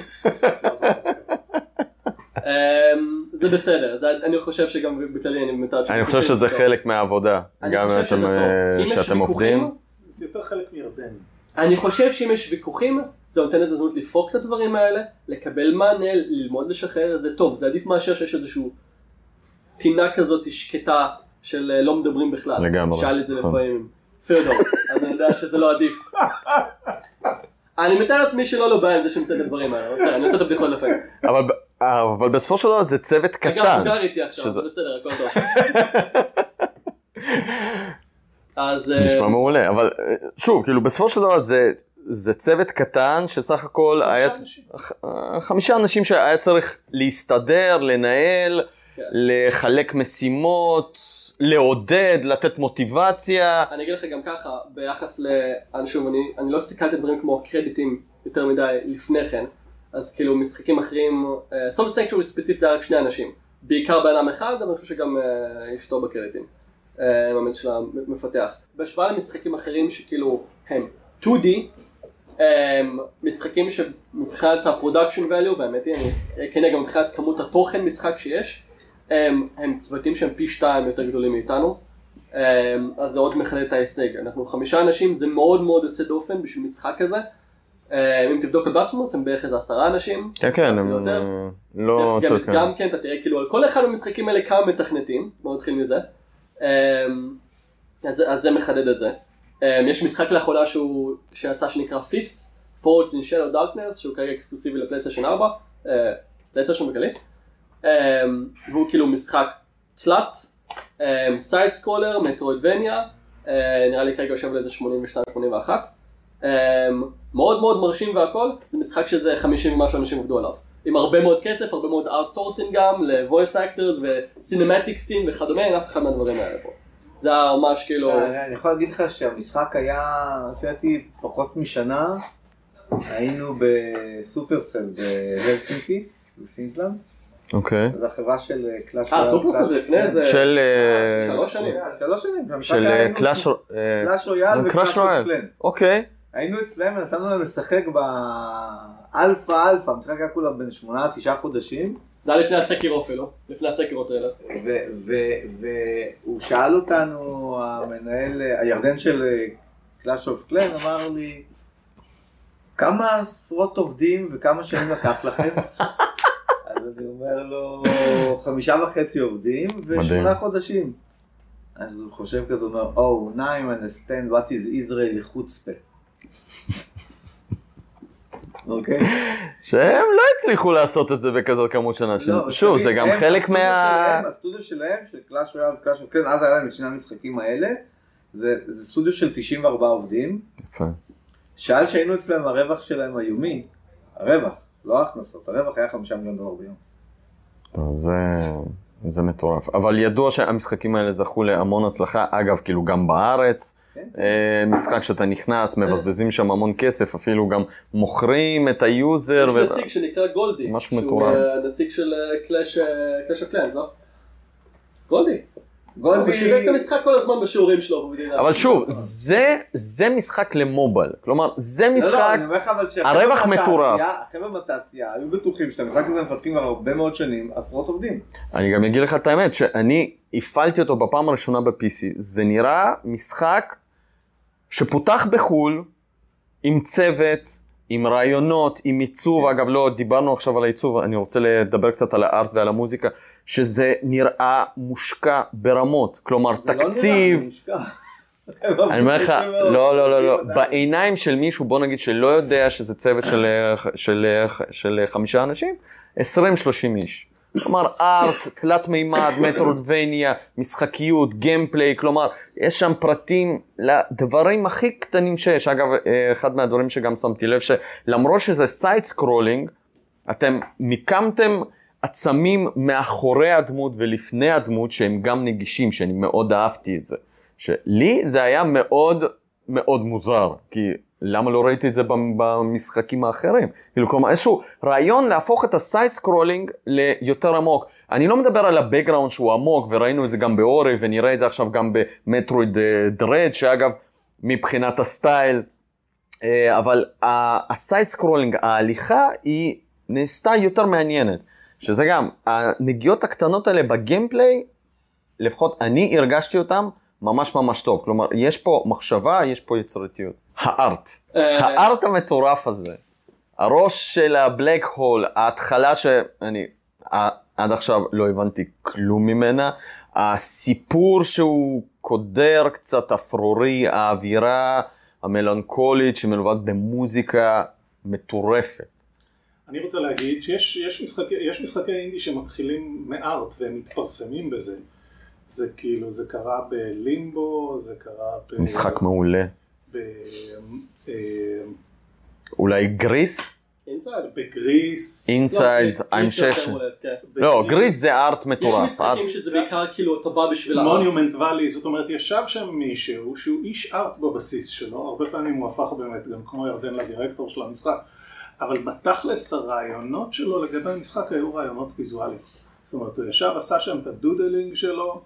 זה בסדר, אני חושב שגם בכללי אני מתאר... אני חושב שזה חלק מהעבודה, גם שאתם עובדים. זה יותר חלק מירדן. אני חושב שאם יש ויכוחים, זה נותן את הזדמנות לפרוק את הדברים האלה, לקבל מענה, ללמוד לשחרר, זה טוב, זה עדיף מאשר שיש איזשהו טינה כזאת שקטה של לא מדברים בכלל. לגמרי. שאל את זה לפעמים, פרדור, אז אני יודע שזה לא עדיף. אני מתאר לעצמי שלא לא בא עם זה שמצא את הדברים האלה, אני עושה את הבדיחות לפעמים. אבל בסופו של דבר זה צוות קטן. אגב, הוא גר איתי עכשיו, זה בסדר, הכל טוב. נשמע מעולה, אבל שוב, כאילו בסופו של דבר זה, זה צוות קטן שסך הכל היה, חמישה אנשים שהיה צריך להסתדר, לנהל, כן. לחלק משימות, לעודד, לתת מוטיבציה. אני אגיד לך גם ככה, ביחס לאנשום, אני, אני לא סיכלתי דברים כמו קרדיטים יותר מדי לפני כן, אז כאילו משחקים אחרים, סוד סנקצ'ורי ספציפית זה רק שני אנשים, בעיקר באדם אחד, אבל אני חושב שגם אשתו בקרדיטים. האמת של המפתח. בהשוואה למשחקים אחרים שכאילו הם טו די, משחקים שמבחינת ה-production value, והאמת היא, אני כנראה גם מבחינת כמות התוכן משחק שיש, הם צוותים שהם פי שתיים יותר גדולים מאיתנו, אז זה עוד מחדד את ההישג. אנחנו חמישה אנשים, זה מאוד מאוד יוצא דופן בשביל משחק כזה. אם תבדוק על בסמוס, הם בערך איזה עשרה אנשים. כן, כן, הם לא צריך. גם כן, אתה תראה כאילו על כל אחד מהמשחקים האלה כמה מתכנתים, בואו נתחיל מזה. אז, אז זה מחדד את זה. יש משחק לאחרונה שהוא, שיצא שנקרא Fist, Forged in Shadow Darkness, שהוא כרגע אקסקלוסיבי לפלייסטיישן ארבע, פלייסטיישן בכללי, והוא כאילו משחק תלת, סייד סקרולר, מטרואידבניה, נראה לי כרגע יושב לאיזה שמונים ושתיים שמונים ואחת, מאוד מאוד מרשים והכל, זה משחק שזה חמישים ומשהו אנשים עובדו עליו. עם הרבה מאוד כסף, הרבה מאוד outsourcing גם, ל-voice actors ו-cinematics team וכדומה, אין אף אחד מהדברים האלה פה. זה היה ממש כאילו... אני יכול להגיד לך שהמשחק היה, לפי פחות משנה, היינו בסופרסל בהלסינקי, בפינלנד. אוקיי. זו החברה של קלאש... אה, סופרסל זה לפני איזה... של... שלוש שנים. שלוש שנים. של קלאש... קלאש רויאל וקלאש אופקלן. אוקיי. היינו אצלם ונתנו להם לשחק באלפא אלפא, המשחק היה כולה בין שמונה, תשעה חודשים. זה היה לפני הסקירו אפילו, לפני הסקירות האלה. והוא שאל אותנו, המנהל, הירדן של קלאש אוף קלן, אמר לי, כמה עשרות עובדים וכמה שנים לקח לכם? אז אני אומר לו, חמישה וחצי עובדים ושמונה חודשים. אז הוא חושב כזה, הוא אומר, Oh, now I understand what is Israeli חוצפה. אוקיי? שהם לא הצליחו לעשות את זה בכזאת כמות שנה. שוב, זה גם חלק מה... הסטודיו שלהם, של קלאש רויאל וקלאש אוף קלן, אז היה להם את שני המשחקים האלה, זה סטודיו של תשעים וארבעה עובדים. יפה. שאז שהיינו אצלם הרווח שלהם היומי, הרווח, לא ההכנסות, הרווח היה חמישה מיליון דולר ביום. זה... זה מטורף. אבל ידוע שהמשחקים האלה זכו להמון הצלחה, אגב, כאילו גם בארץ, משחק שאתה נכנס, מבזבזים שם המון כסף, אפילו גם מוכרים את היוזר. יש נציג שנקרא גולדי, משהו מטורף. שהוא נציג של קלאש אוף קלאנס, לא? גולדי. גולדי. הוא שיווק את המשחק כל הזמן בשיעורים שלו. אבל שוב, זה משחק למובייל, כלומר, זה משחק, הרווח מטורף. החבר'ה בתעשייה היו בטוחים שאתה משחק הזה מפתחים כבר הרבה מאוד שנים, עשרות עובדים. אני גם אגיד לך את האמת, שאני הפעלתי אותו בפעם הראשונה ב-פי סי, זה נראה משחק שפותח בחול, עם צוות, עם רעיונות, עם עיצוב, אגב לא דיברנו עכשיו על העיצוב, אני רוצה לדבר קצת על הארט ועל המוזיקה, שזה נראה מושקע ברמות, כלומר תקציב, זה לא נראה מושקע. אני אומר לך, לא, לא, לא, לא, בעיניים של מישהו, בוא נגיד שלא יודע שזה צוות של, של, של חמישה אנשים, עשרים שלושים איש. כלומר, ארט, תלת מימד, מטרואידבניה, משחקיות, גיימפליי, כלומר, יש שם פרטים לדברים הכי קטנים שיש. אגב, אחד מהדברים שגם שמתי לב, שלמרות שזה סייד סקרולינג, אתם מיקמתם עצמים מאחורי הדמות ולפני הדמות, שהם גם נגישים, שאני מאוד אהבתי את זה. שלי זה היה מאוד מאוד מוזר, כי למה לא ראיתי את זה במשחקים האחרים? כאילו, כלומר, איזשהו רעיון להפוך את הסייד סקרולינג ליותר עמוק. אני לא מדבר על הבקגראונד שהוא עמוק, וראינו את זה גם באורי, ונראה את זה עכשיו גם במטרויד דרד, שאגב, מבחינת הסטייל, אבל הסייד סקרולינג, ההליכה היא נעשתה יותר מעניינת. שזה גם, הנגיעות הקטנות האלה בגיימפליי, לפחות אני הרגשתי אותם ממש ממש טוב. כלומר, יש פה מחשבה, יש פה יצירתיות. הארט. הארט המטורף הזה. הראש של הבלק הול, ההתחלה שאני עד עכשיו לא הבנתי כלום ממנה. הסיפור שהוא קודר קצת אפרורי, האווירה המלנכולית שמלווה במוזיקה מטורפת. אני רוצה להגיד שיש יש משחקי, יש משחקי אינדי שמתחילים מארט והם מתפרסמים בזה. זה כאילו, זה קרה בלימבו, זה קרה ב... משחק מעולה. ב... אולי גריס? אינסייד. בגריס. אינסייד, I'm שש. לא, גריס זה ארט מטורף. יש משחקים שזה בעיקר כאילו אתה בא בשביל הארט. מונומנט ואלי, זאת אומרת, ישב שם מישהו שהוא איש ארט בבסיס שלו, הרבה פעמים הוא הפך באמת גם כמו ירדן לדירקטור של המשחק, אבל בתכלס הרעיונות שלו לגבי המשחק היו רעיונות ויזואליים. זאת אומרת, הוא ישב, עשה שם את הדודלינג שלו,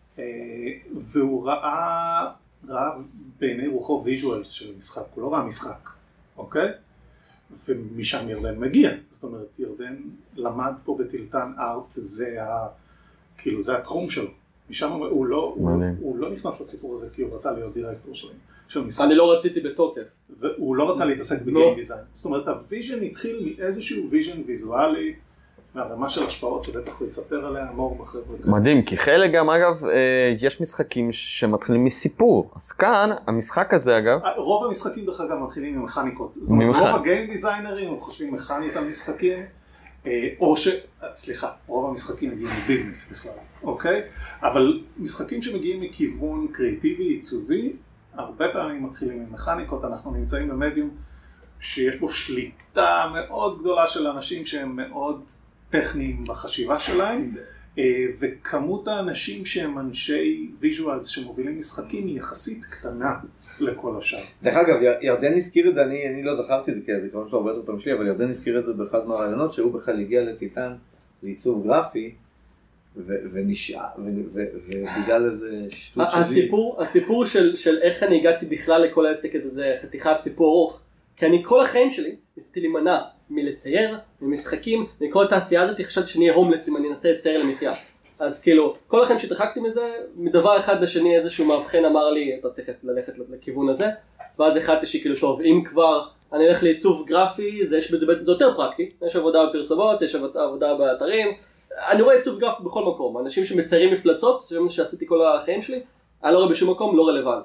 והוא ראה, ראה בעיני רוחו ויז'ואל של משחק, הוא לא ראה משחק, אוקיי? ומשם ירדן מגיע, זאת אומרת, ירדן למד פה בטילטן ארט, זה ה... כאילו, זה התחום שלו. משם הוא לא, הוא, הוא לא נכנס לסיפור הזה כי הוא רצה להיות דירקטור שלו. של משחק. אני לא רציתי בתוקף. והוא לא רצה להתעסק בגיים דיזיין. זאת אומרת, הוויז'ן התחיל מאיזשהו ויז'ן ויזואלי, מהרמה של השפעות שבטח הוא יספר עליה, מור בחברה. מדהים, כי חלק גם, אגב, יש משחקים שמתחילים מסיפור. אז כאן, המשחק הזה, אגב... רוב המשחקים, דרך אגב, מתחילים ממכניקות. זאת אומרת, רוב הגיים דיזיינרים, הם חושבים מכנית על משחקים, או ש... סליחה, רוב המשחקים מגיעים מביזנס בכלל, אוקיי? אבל משחקים שמגיעים מכיוון קריאטיבי, עיצובי, הרבה פעמים מתחילים עם מכניקות. אנחנו נמצאים במדיום שיש בו שליטה מאוד גדולה של אנשים שהם מאוד טכניים בחשיבה שלהם, וכמות האנשים שהם אנשי ויז'ואלס שמובילים משחקים היא יחסית קטנה לכל השאר. דרך אגב, ירדן הזכיר את זה, אני, אני לא זכרתי את זה כי הזיכרון שלו הרבה יותר פעם שלי, אבל ירדן הזכיר את זה באחד מהרעיונות שהוא בכלל הגיע לטיטן לעיצוב גרפי, ונשאר, ובגלל איזה שטות שלי. הסיפור, הסיפור של, של איך אני הגעתי בכלל לכל העסק הזה, זה חתיכת סיפור ארוך, כי אני כל החיים שלי ניסיתי להימנע מלצייר, ממשחקים, מכל התעשייה הזאת, חשבתי שאני אהיה הומלס אם אני אנסה לצייר למחיה. אז כאילו, כל החיים שהתרחקתי מזה, מדבר אחד לשני איזשהו מאבחן אמר לי, אתה צריך ללכת לכיוון הזה, ואז החלטתי שכאילו, טוב, אם כבר אני הולך לעיצוב גרפי, זה, יש בזה, זה יותר פרקטי, יש עבודה בפרסומות, יש עבודה באתרים, אני רואה עיצוב גרפי בכל מקום, אנשים שמציירים מפלצות, זה מה שעשיתי כל החיים שלי, אני לא רואה בשום מקום, לא רלוונטי.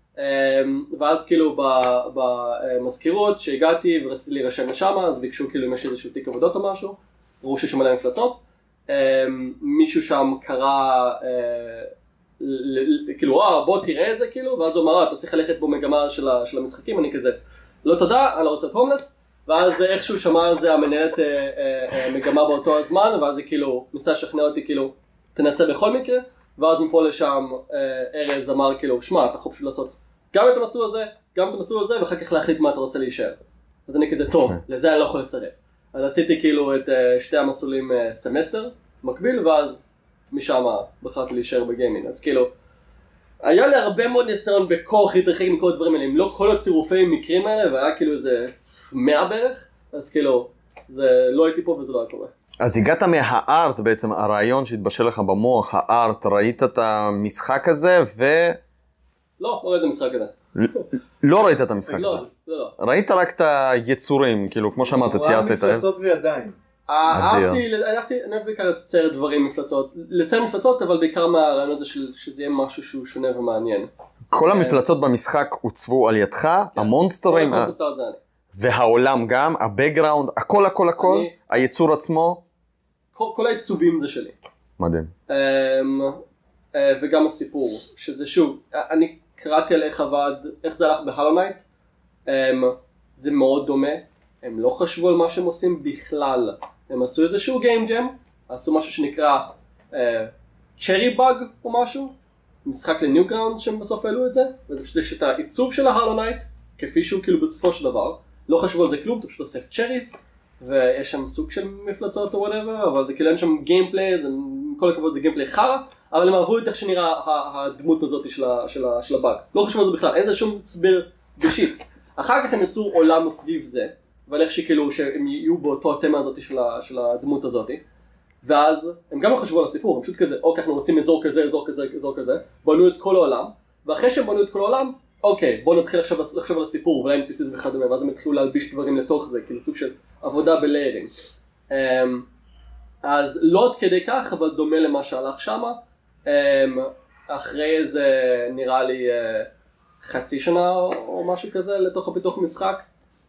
ואז כאילו במזכירות שהגעתי ורציתי להירשם לשם, אז ביקשו כאילו אם יש איזשהו תיק עבודות או משהו, ראו שיש מלא מפלצות, מישהו שם קרא, כאילו וואו בוא תראה את זה כאילו, ואז הוא אמר אתה צריך ללכת בו מגמה של המשחקים, אני כזה לא תודה, אני לא רוצה להיות הומלס, ואז איכשהו שמע על זה המנהלת מגמה באותו הזמן, ואז היא כאילו ניסה לשכנע אותי כאילו תנסה בכל מקרה, ואז מפה לשם ארז אמר כאילו שמע אתה יכול פשוט לעשות גם את המסלול הזה, גם את המסלול הזה, ואחר כך להחליט מה אתה רוצה להישאר. אז אני כזה טוב, לזה אני לא יכול לסרב. אז עשיתי כאילו את שתי המסלולים סמסטר מקביל, ואז משם בחרתי להישאר בגיימינג. אז כאילו היה לי הרבה מאוד ניסיון בכוח להתרחק מכל הדברים האלה, אם לא כל הצירופי מקרים האלה, והיה כאילו איזה מאה בערך, אז כאילו זה לא הייתי פה וזה לא היה קורה. אז הגעת מהארט בעצם, הרעיון שהתבשל לך במוח, הארט, ראית את המשחק הזה ו... לא, לא ראית את המשחק הזה. לא ראית את המשחק הזה? לא, לא. ראית רק את היצורים, כאילו, כמו שאמרת, ציירת את האב? מפלצות וידיים. אהבתי, אני אוהב בעיקר לצייר דברים מפלצות, לצייר מפלצות, אבל בעיקר מהרעיון הזה שזה יהיה משהו שהוא שונה ומעניין. כל המפלצות במשחק הוצבו על ידך, המונסטרים, והעולם גם, הבקגראונד, הכל הכל הכל, היצור עצמו. כל העיצובים זה שלי. מדהים. וגם הסיפור, שזה שוב, אני קראתי על איך עבד, איך זה הלך בהלו נייט, זה מאוד דומה, הם לא חשבו על מה שהם עושים בכלל, הם עשו איזשהו גיים ג'ם, עשו משהו שנקרא צ'רי באג או משהו, משחק לניו גראונד שהם בסוף העלו את זה, וזה פשוט יש את העיצוב של ההלו נייט, כפי שהוא כאילו בסופו של דבר, לא חשבו על זה כלום, אתה פשוט אוסף צ'ריז, ויש שם סוג של מפלצות או whatever, אבל זה כאילו אין שם גיימפליי, עם כל הכבוד זה גיימפליי חרא, אבל הם אהבו את איך שנראה הדמות הזאת של, ה, של, ה, של הבאג. לא חשבו על זה בכלל, אין זה שום הסבר בשיט. אחר כך הם יצאו עולם סביב זה, ועל איך שכאילו שהם יהיו באותו התמה הזאת של, ה, של הדמות הזאת, ואז הם גם לא חשבו על הסיפור, הם פשוט כזה, אוקיי, אנחנו רוצים אזור כזה, אזור כזה, אזור כזה, בנו את כל העולם, ואחרי שהם בנו את כל העולם, אוקיי, בואו נתחיל לחשוב, לחשוב על הסיפור, ואולי אן פי סי'ס וכדומה, ואז הם התחילו להלביש דברים לתוך זה, כאילו סוג של עבודה בליירים. אז לא עד כדי כך, אבל דומה למה שהלך שמה. אחרי איזה, נראה לי, חצי שנה או משהו כזה לתוך הפיתוח משחק.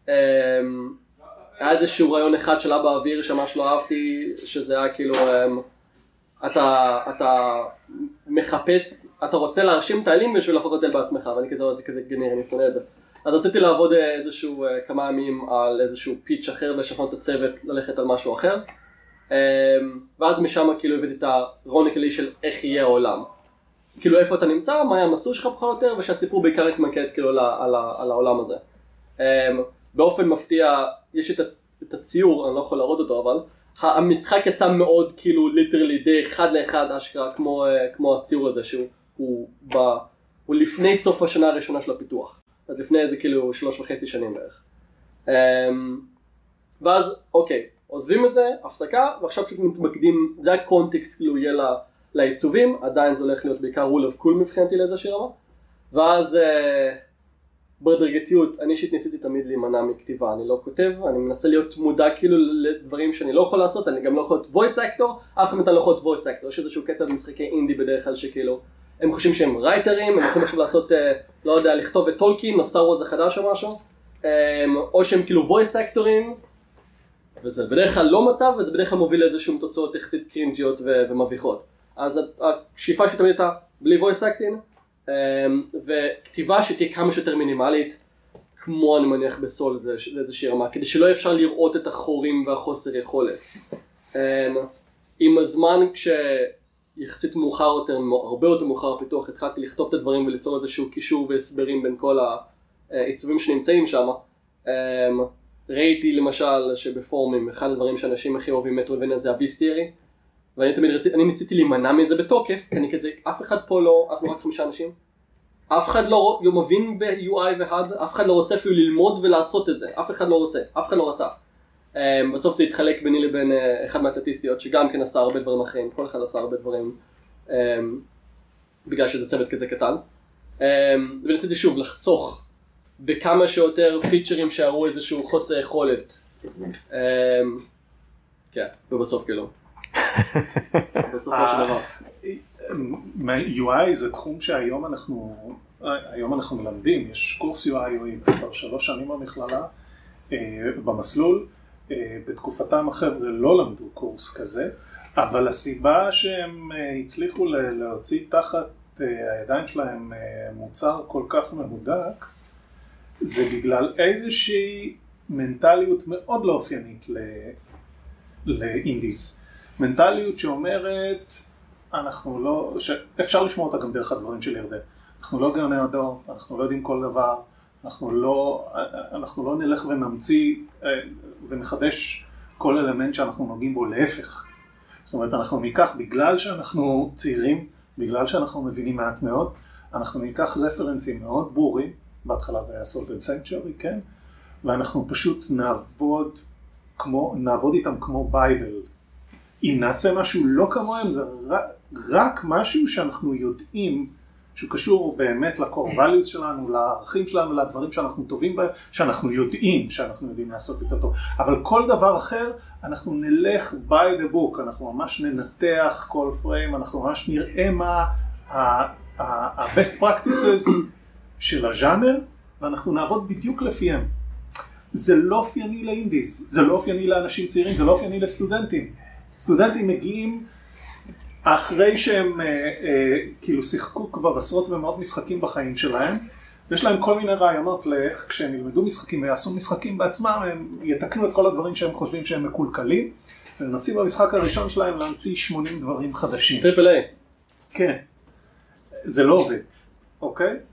היה איזשהו רעיון אחד שלה באוויר שממש לא אהבתי, שזה היה כאילו, אתה, אתה מחפש, אתה רוצה להרשים את העלים בשביל להפוך את זה בעצמך, ואני כזה, זה כזה גנרי, אני שונא את זה. אז רציתי לעבוד איזשהו כמה ימים על איזשהו פיץ' אחר ולשכנע את הצוות ללכת על משהו אחר. ואז משם כאילו הבאתי את הרעיון הכללי של איך יהיה העולם. כאילו איפה אתה נמצא, מה היה המסלול שלך בכל יותר, ושהסיפור בעיקר יתמקד כאילו על, על, על העולם הזה. באופן מפתיע, יש את, את הציור, אני לא יכול להראות אותו אבל, המשחק יצא מאוד כאילו ליטרלי די אחד לאחד אשכרה כמו, כמו הציור הזה שהוא הוא, ב, הוא לפני סוף השנה הראשונה של הפיתוח. אז לפני איזה כאילו שלוש וחצי שנים בערך. ואז אוקיי, עוזבים את זה, הפסקה, ועכשיו פשוט מתמקדים, זה הקונטקסט כאילו יהיה לה, לעיצובים, עדיין זה הולך להיות בעיקר rule of cool מבחינתי לאיזושהי רמה. ואז בדרגתיות, אני אישית ניסיתי תמיד להימנע מכתיבה, אני לא כותב, אני מנסה להיות מודע כאילו לדברים שאני לא יכול לעשות, אני גם לא יכול להיות voice actor, אף אחד מאיתנו לא יכול להיות voice actor, יש איזשהו קטע במשחקי אינדי בדרך כלל שכאילו, הם חושבים שהם רייטרים, הם יכולים עכשיו לעשות, לא יודע, לכתוב את טולקין או סטאר וורס החדש או משהו, או שהם כאילו voice actorים, וזה בדרך כלל לא מצב, וזה בדרך כלל מוביל לאיזשהו תוצאות יחסית קרינג'יות ומביכות. אז השאיפה שתמיד הייתה בלי voice acting, וכתיבה שתהיה כמה שיותר מינימלית, כמו אני מניח בסול לאיזושהי רמה, כדי שלא אפשר לראות את החורים והחוסר יכולת. עם הזמן כשיחסית מאוחר יותר, הרבה יותר מאוחר הפיתוח, התחלתי לכתוב את הדברים וליצור איזשהו קישור והסברים בין כל העיצובים שנמצאים שם. ראיתי למשל שבפורומים, אחד הדברים שאנשים הכי אוהבים מטרולבניה זה הביסטיירי, ואני תמיד רציתי, אני ניסיתי להימנע מזה בתוקף, כי אני כזה, אף אחד פה לא, אנחנו רק חמישה אנשים, אף אחד לא, לא מבין ב-יו איי והד, אף אחד לא רוצה אפילו ללמוד ולעשות את זה, אף אחד לא רוצה, אף אחד לא רצה. Um, בסוף זה התחלק ביני לבין uh, אחד מהטטיסטיות, שגם כן עשתה הרבה דברים אחרים, כל אחד עשה הרבה דברים, um, בגלל שזה צוות כזה קטן. Um, וניסיתי שוב לחסוך בכמה שיותר פיצ'רים שהראו איזשהו חוסר יכולת. Um, כן, ובסוף כאילו. בסופו של דבר. יו איי זה תחום שהיום אנחנו, היום אנחנו מלמדים, יש קורס יו איי כבר שלוש שנים במכללה, במסלול, בתקופתם החבר'ה לא למדו קורס כזה, אבל הסיבה שהם הצליחו להוציא תחת הידיים שלהם מוצר כל כך מהודק, זה בגלל איזושהי מנטליות מאוד לא אופיינית לאינדיס. מנטליות שאומרת, אנחנו לא, אפשר לשמוע אותה גם דרך הדברים של ירדן. אנחנו לא גאוני הדור, אנחנו לא יודעים כל דבר, אנחנו לא, אנחנו לא נלך ונמציא ונחדש כל אלמנט שאנחנו נוגעים בו, להפך. זאת אומרת, אנחנו ניקח, בגלל שאנחנו צעירים, בגלל שאנחנו מבינים מעט מאוד, אנחנו ניקח רפרנסים מאוד ברורים, בהתחלה זה היה Salt and Sanctuary, כן? ואנחנו פשוט נעבוד כמו, נעבוד איתם כמו בייבל. אם נעשה משהו לא כמוהם, זה רק, רק משהו שאנחנו יודעים, שהוא קשור באמת ל-core values שלנו, לערכים שלנו, לדברים שאנחנו טובים בהם, שאנחנו יודעים, שאנחנו יודעים לעשות יותר טוב. אבל כל דבר אחר, אנחנו נלך by the book, אנחנו ממש ננתח כל פריים, אנחנו ממש נראה מה ה-best practices של הז'אנר, ואנחנו נעבוד בדיוק לפיהם. זה לא אופייני לאינדיס, זה לא אופייני לאנשים צעירים, זה לא אופייני לסטודנטים. סטודנטים מגיעים אחרי שהם אה, אה, כאילו שיחקו כבר עשרות ומאות משחקים בחיים שלהם, ויש להם כל מיני רעיונות לאיך כשהם ילמדו משחקים ויעשו משחקים בעצמם, הם יתקנו את כל הדברים שהם חושבים שהם מקולקלים, ומנסים במשחק הראשון שלהם להמציא שמונים דברים חדשים. טריפל איי. כן. זה לא עובד, אוקיי?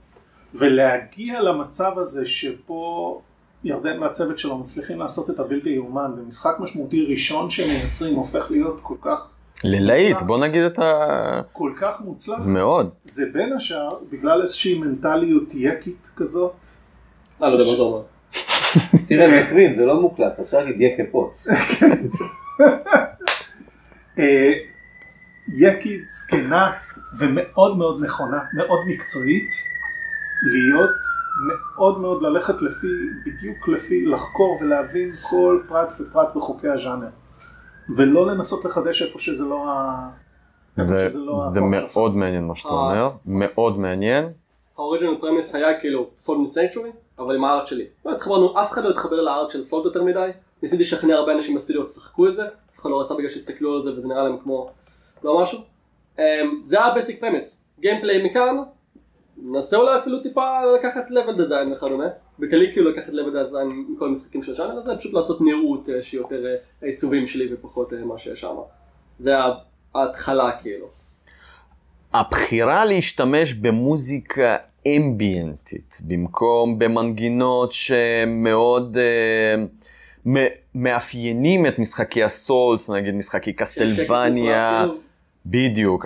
ולהגיע למצב הזה שפה ירדן והצוות שלו מצליחים לעשות את הבלתי יאומן, ומשחק משמעותי ראשון שמייצרים הופך להיות כל כך ללהיט, בוא נגיד את ה... כל כך מוצלח. מאוד. זה בין השאר, בגלל איזושהי מנטליות יקית כזאת. אה, לא יודע מה זה אומר. תראה, זה פרינט, זה לא מוקלט, אפשר להגיד יקה פוץ. יקית זקנה ומאוד מאוד נכונה, מאוד מקצועית, להיות מאוד מאוד ללכת לפי, בדיוק לפי לחקור ולהבין כל פרט ופרט בחוקי הז'אנר. ולא לנסות לחדש איפה שזה לא ה... זה, זה מאוד מעניין מה שאתה אומר, מאוד מעניין. האוריג'ינל פרמיס היה כאילו סולד סנקצ'ורי, אבל עם הארט שלי. לא התחברנו, אף אחד לא התחבר לארט של סולד יותר מדי. ניסיתי לשכנע הרבה אנשים בסטודיו ששחקו את זה, אף אחד לא רצה בגלל שהסתכלו על זה וזה נראה להם כמו לא משהו. זה היה הבסיק פרמיס. גיימפליי מכאן, ננסה אולי אפילו טיפה לקחת לבל דיזיין וכדומה. בכלי כאילו לקחת לבל דיזיין מכל המשחקים של הז'אנר הזה, פשוט לעשות נראות שהיא יותר העיצובים שלי ופחות מה שיש שם. זה ההתחלה כאילו. הבחירה להשתמש במוזיקה אמביאנטית, במקום במנגינות שמאוד uh, מאפיינים את משחקי הסולס, נגיד משחקי קסטלווניה, בדיוק.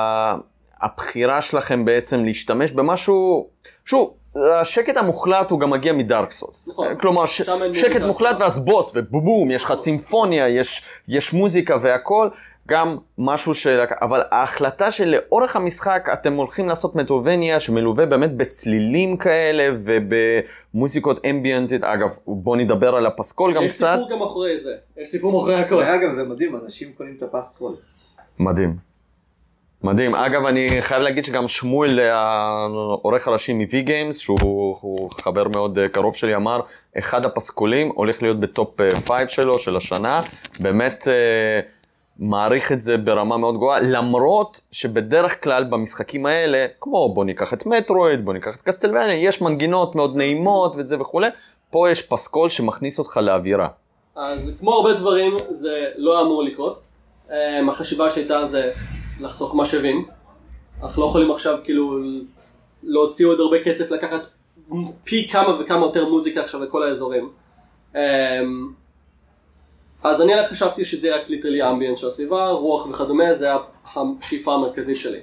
הבחירה שלכם בעצם להשתמש במשהו, שוב, השקט המוחלט הוא גם מגיע מדארק סולס. נכון. כלומר, ש... שקט מוחלט ואז בוס ובובום, יש לך סימפוניה, יש, יש מוזיקה והכל. גם משהו של... אבל ההחלטה שלאורך המשחק אתם הולכים לעשות מטרובניה שמלווה באמת בצלילים כאלה ובמוזיקות אמביאנטית. אגב, בוא נדבר על הפסקול גם יש קצת. יש סיפור גם אחרי זה. יש סיפור אחרי הכל. אגב, זה מדהים, אנשים קונים את הפסקול. מדהים. מדהים. אגב, אני חייב להגיד שגם שמואל, העורך הראשי מ-וי גיימס, שהוא חבר מאוד קרוב שלי, אמר, אחד הפסקולים הולך להיות בטופ חמש שלו, של השנה. באמת... מעריך את זה ברמה מאוד גבוהה, למרות שבדרך כלל במשחקים האלה, כמו בוא ניקח את מטרואיד, בוא ניקח את קסטלווניה, יש מנגינות מאוד נעימות וזה וכו'. פה יש פסקול שמכניס אותך לאווירה. אז כמו הרבה דברים, זה לא אמור לקרות. החשיבה שהייתה זה לחסוך משאבים. אנחנו לא יכולים עכשיו כאילו להוציא עוד הרבה כסף, לקחת פי כמה וכמה יותר מוזיקה עכשיו לכל האזורים. אז אני חשבתי שזה רק ליטרלי אמביאנס של הסביבה, רוח וכדומה, זה היה השאיפה המרכזית שלי.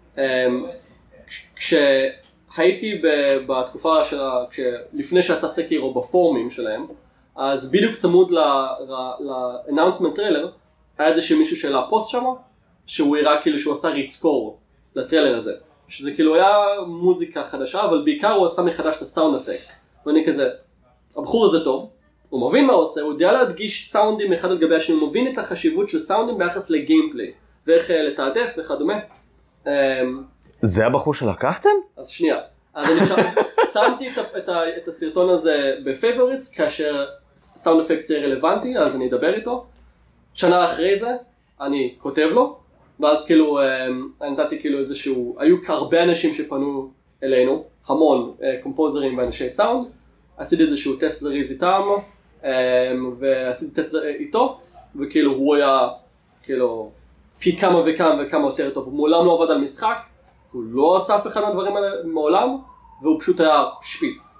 כשהייתי בתקופה של, לפני שיצא סקירו בפורומים שלהם, אז בדיוק צמוד ל-announcement טריילר, היה איזה שמישהו שאלה פוסט שם, שהוא הראה כאילו שהוא עשה ריסקור לטריילר הזה. שזה כאילו היה מוזיקה חדשה, אבל בעיקר הוא עשה מחדש את הסאונד אפקט. ואני כזה, הבחור הזה טוב. הוא מבין מה הוא עושה, הוא יודע להדגיש סאונדים אחד על גבי השני, הוא מבין את החשיבות של סאונדים ביחס לגיימפליי, ואיך לתעדף וכדומה. זה הבחור שלקחתם? אז שנייה, אז אני שמתי את הסרטון הזה בפייבוריטס, כאשר סאונד אפקט יהיה רלוונטי, אז אני אדבר איתו. שנה אחרי זה, אני כותב לו, ואז כאילו, אני נתתי כאילו איזשהו, היו הרבה אנשים שפנו אלינו, המון קומפוזרים ואנשי סאונד, עשיתי איזשהו טסט זריז איתם, ועשיתי טסט איתו, וכאילו הוא היה כאילו פי כמה וכמה וכמה יותר טוב. הוא מעולם לא עבד על משחק, הוא לא עשה אף אחד מהדברים האלה מעולם, והוא פשוט היה שפיץ.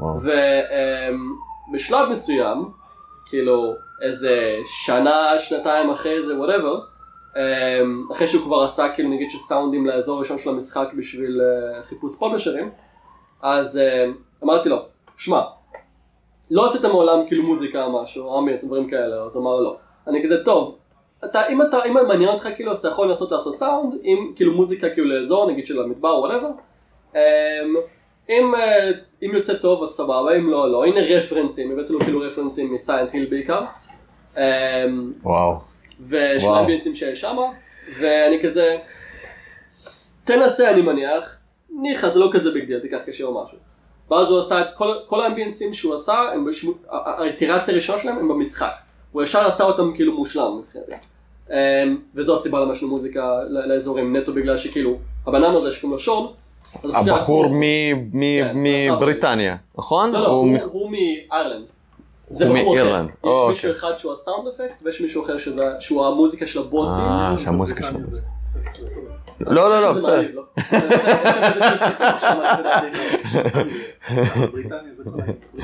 ובשלב מסוים, כאילו איזה שנה, שנתיים אחרי זה, whatever, אחרי שהוא כבר עשה כאילו נגיד של סאונדים לאזור ראשון של המשחק בשביל חיפוש פובלישרים, אז אמרתי לו, שמע, לא עשית מעולם כאילו מוזיקה או משהו, אמביאנס, דברים כאלה, אז אמר לא. אני כזה, טוב, אתה, אם אתה, אם מעניין אותך כאילו, אז אתה יכול לנסות לעשות סאונד, עם כאילו מוזיקה כאילו לאזור, נגיד של המדבר או whatever. אם, אם יוצא טוב, אז סבבה, אם לא, לא. הנה רפרנסים, הבאתי לו כאילו רפרנסים מסיינט היל בעיקר. וואו. ושל אמביאנסים שיש שם, ואני כזה, תנסה אני מניח, ניחא, זה לא כזה ביג דיל, תיקח קשה או משהו. ואז הוא עשה את כל, כל האמביאנסים שהוא עשה, הם בשמו, האיטרציה הראשונה שלהם הם במשחק. הוא ישר עשה אותם כאילו מושלם מבחינתי. וזו הסיבה למה יש לו מוזיקה לאזורים נטו, בגלל שכאילו, הבנם הזה שקוראים לו שון. הבחור מבריטניה, נכון? לא, לא, הוא מאירלנד. זה בחור אחר. יש מישהו אחד שהוא הסאונד אפקט, ויש מישהו אחר שהוא המוזיקה של הבוסים. אה, שהמוזיקה של הבוסים. לא, לא, לא, בסדר. בריטניה זה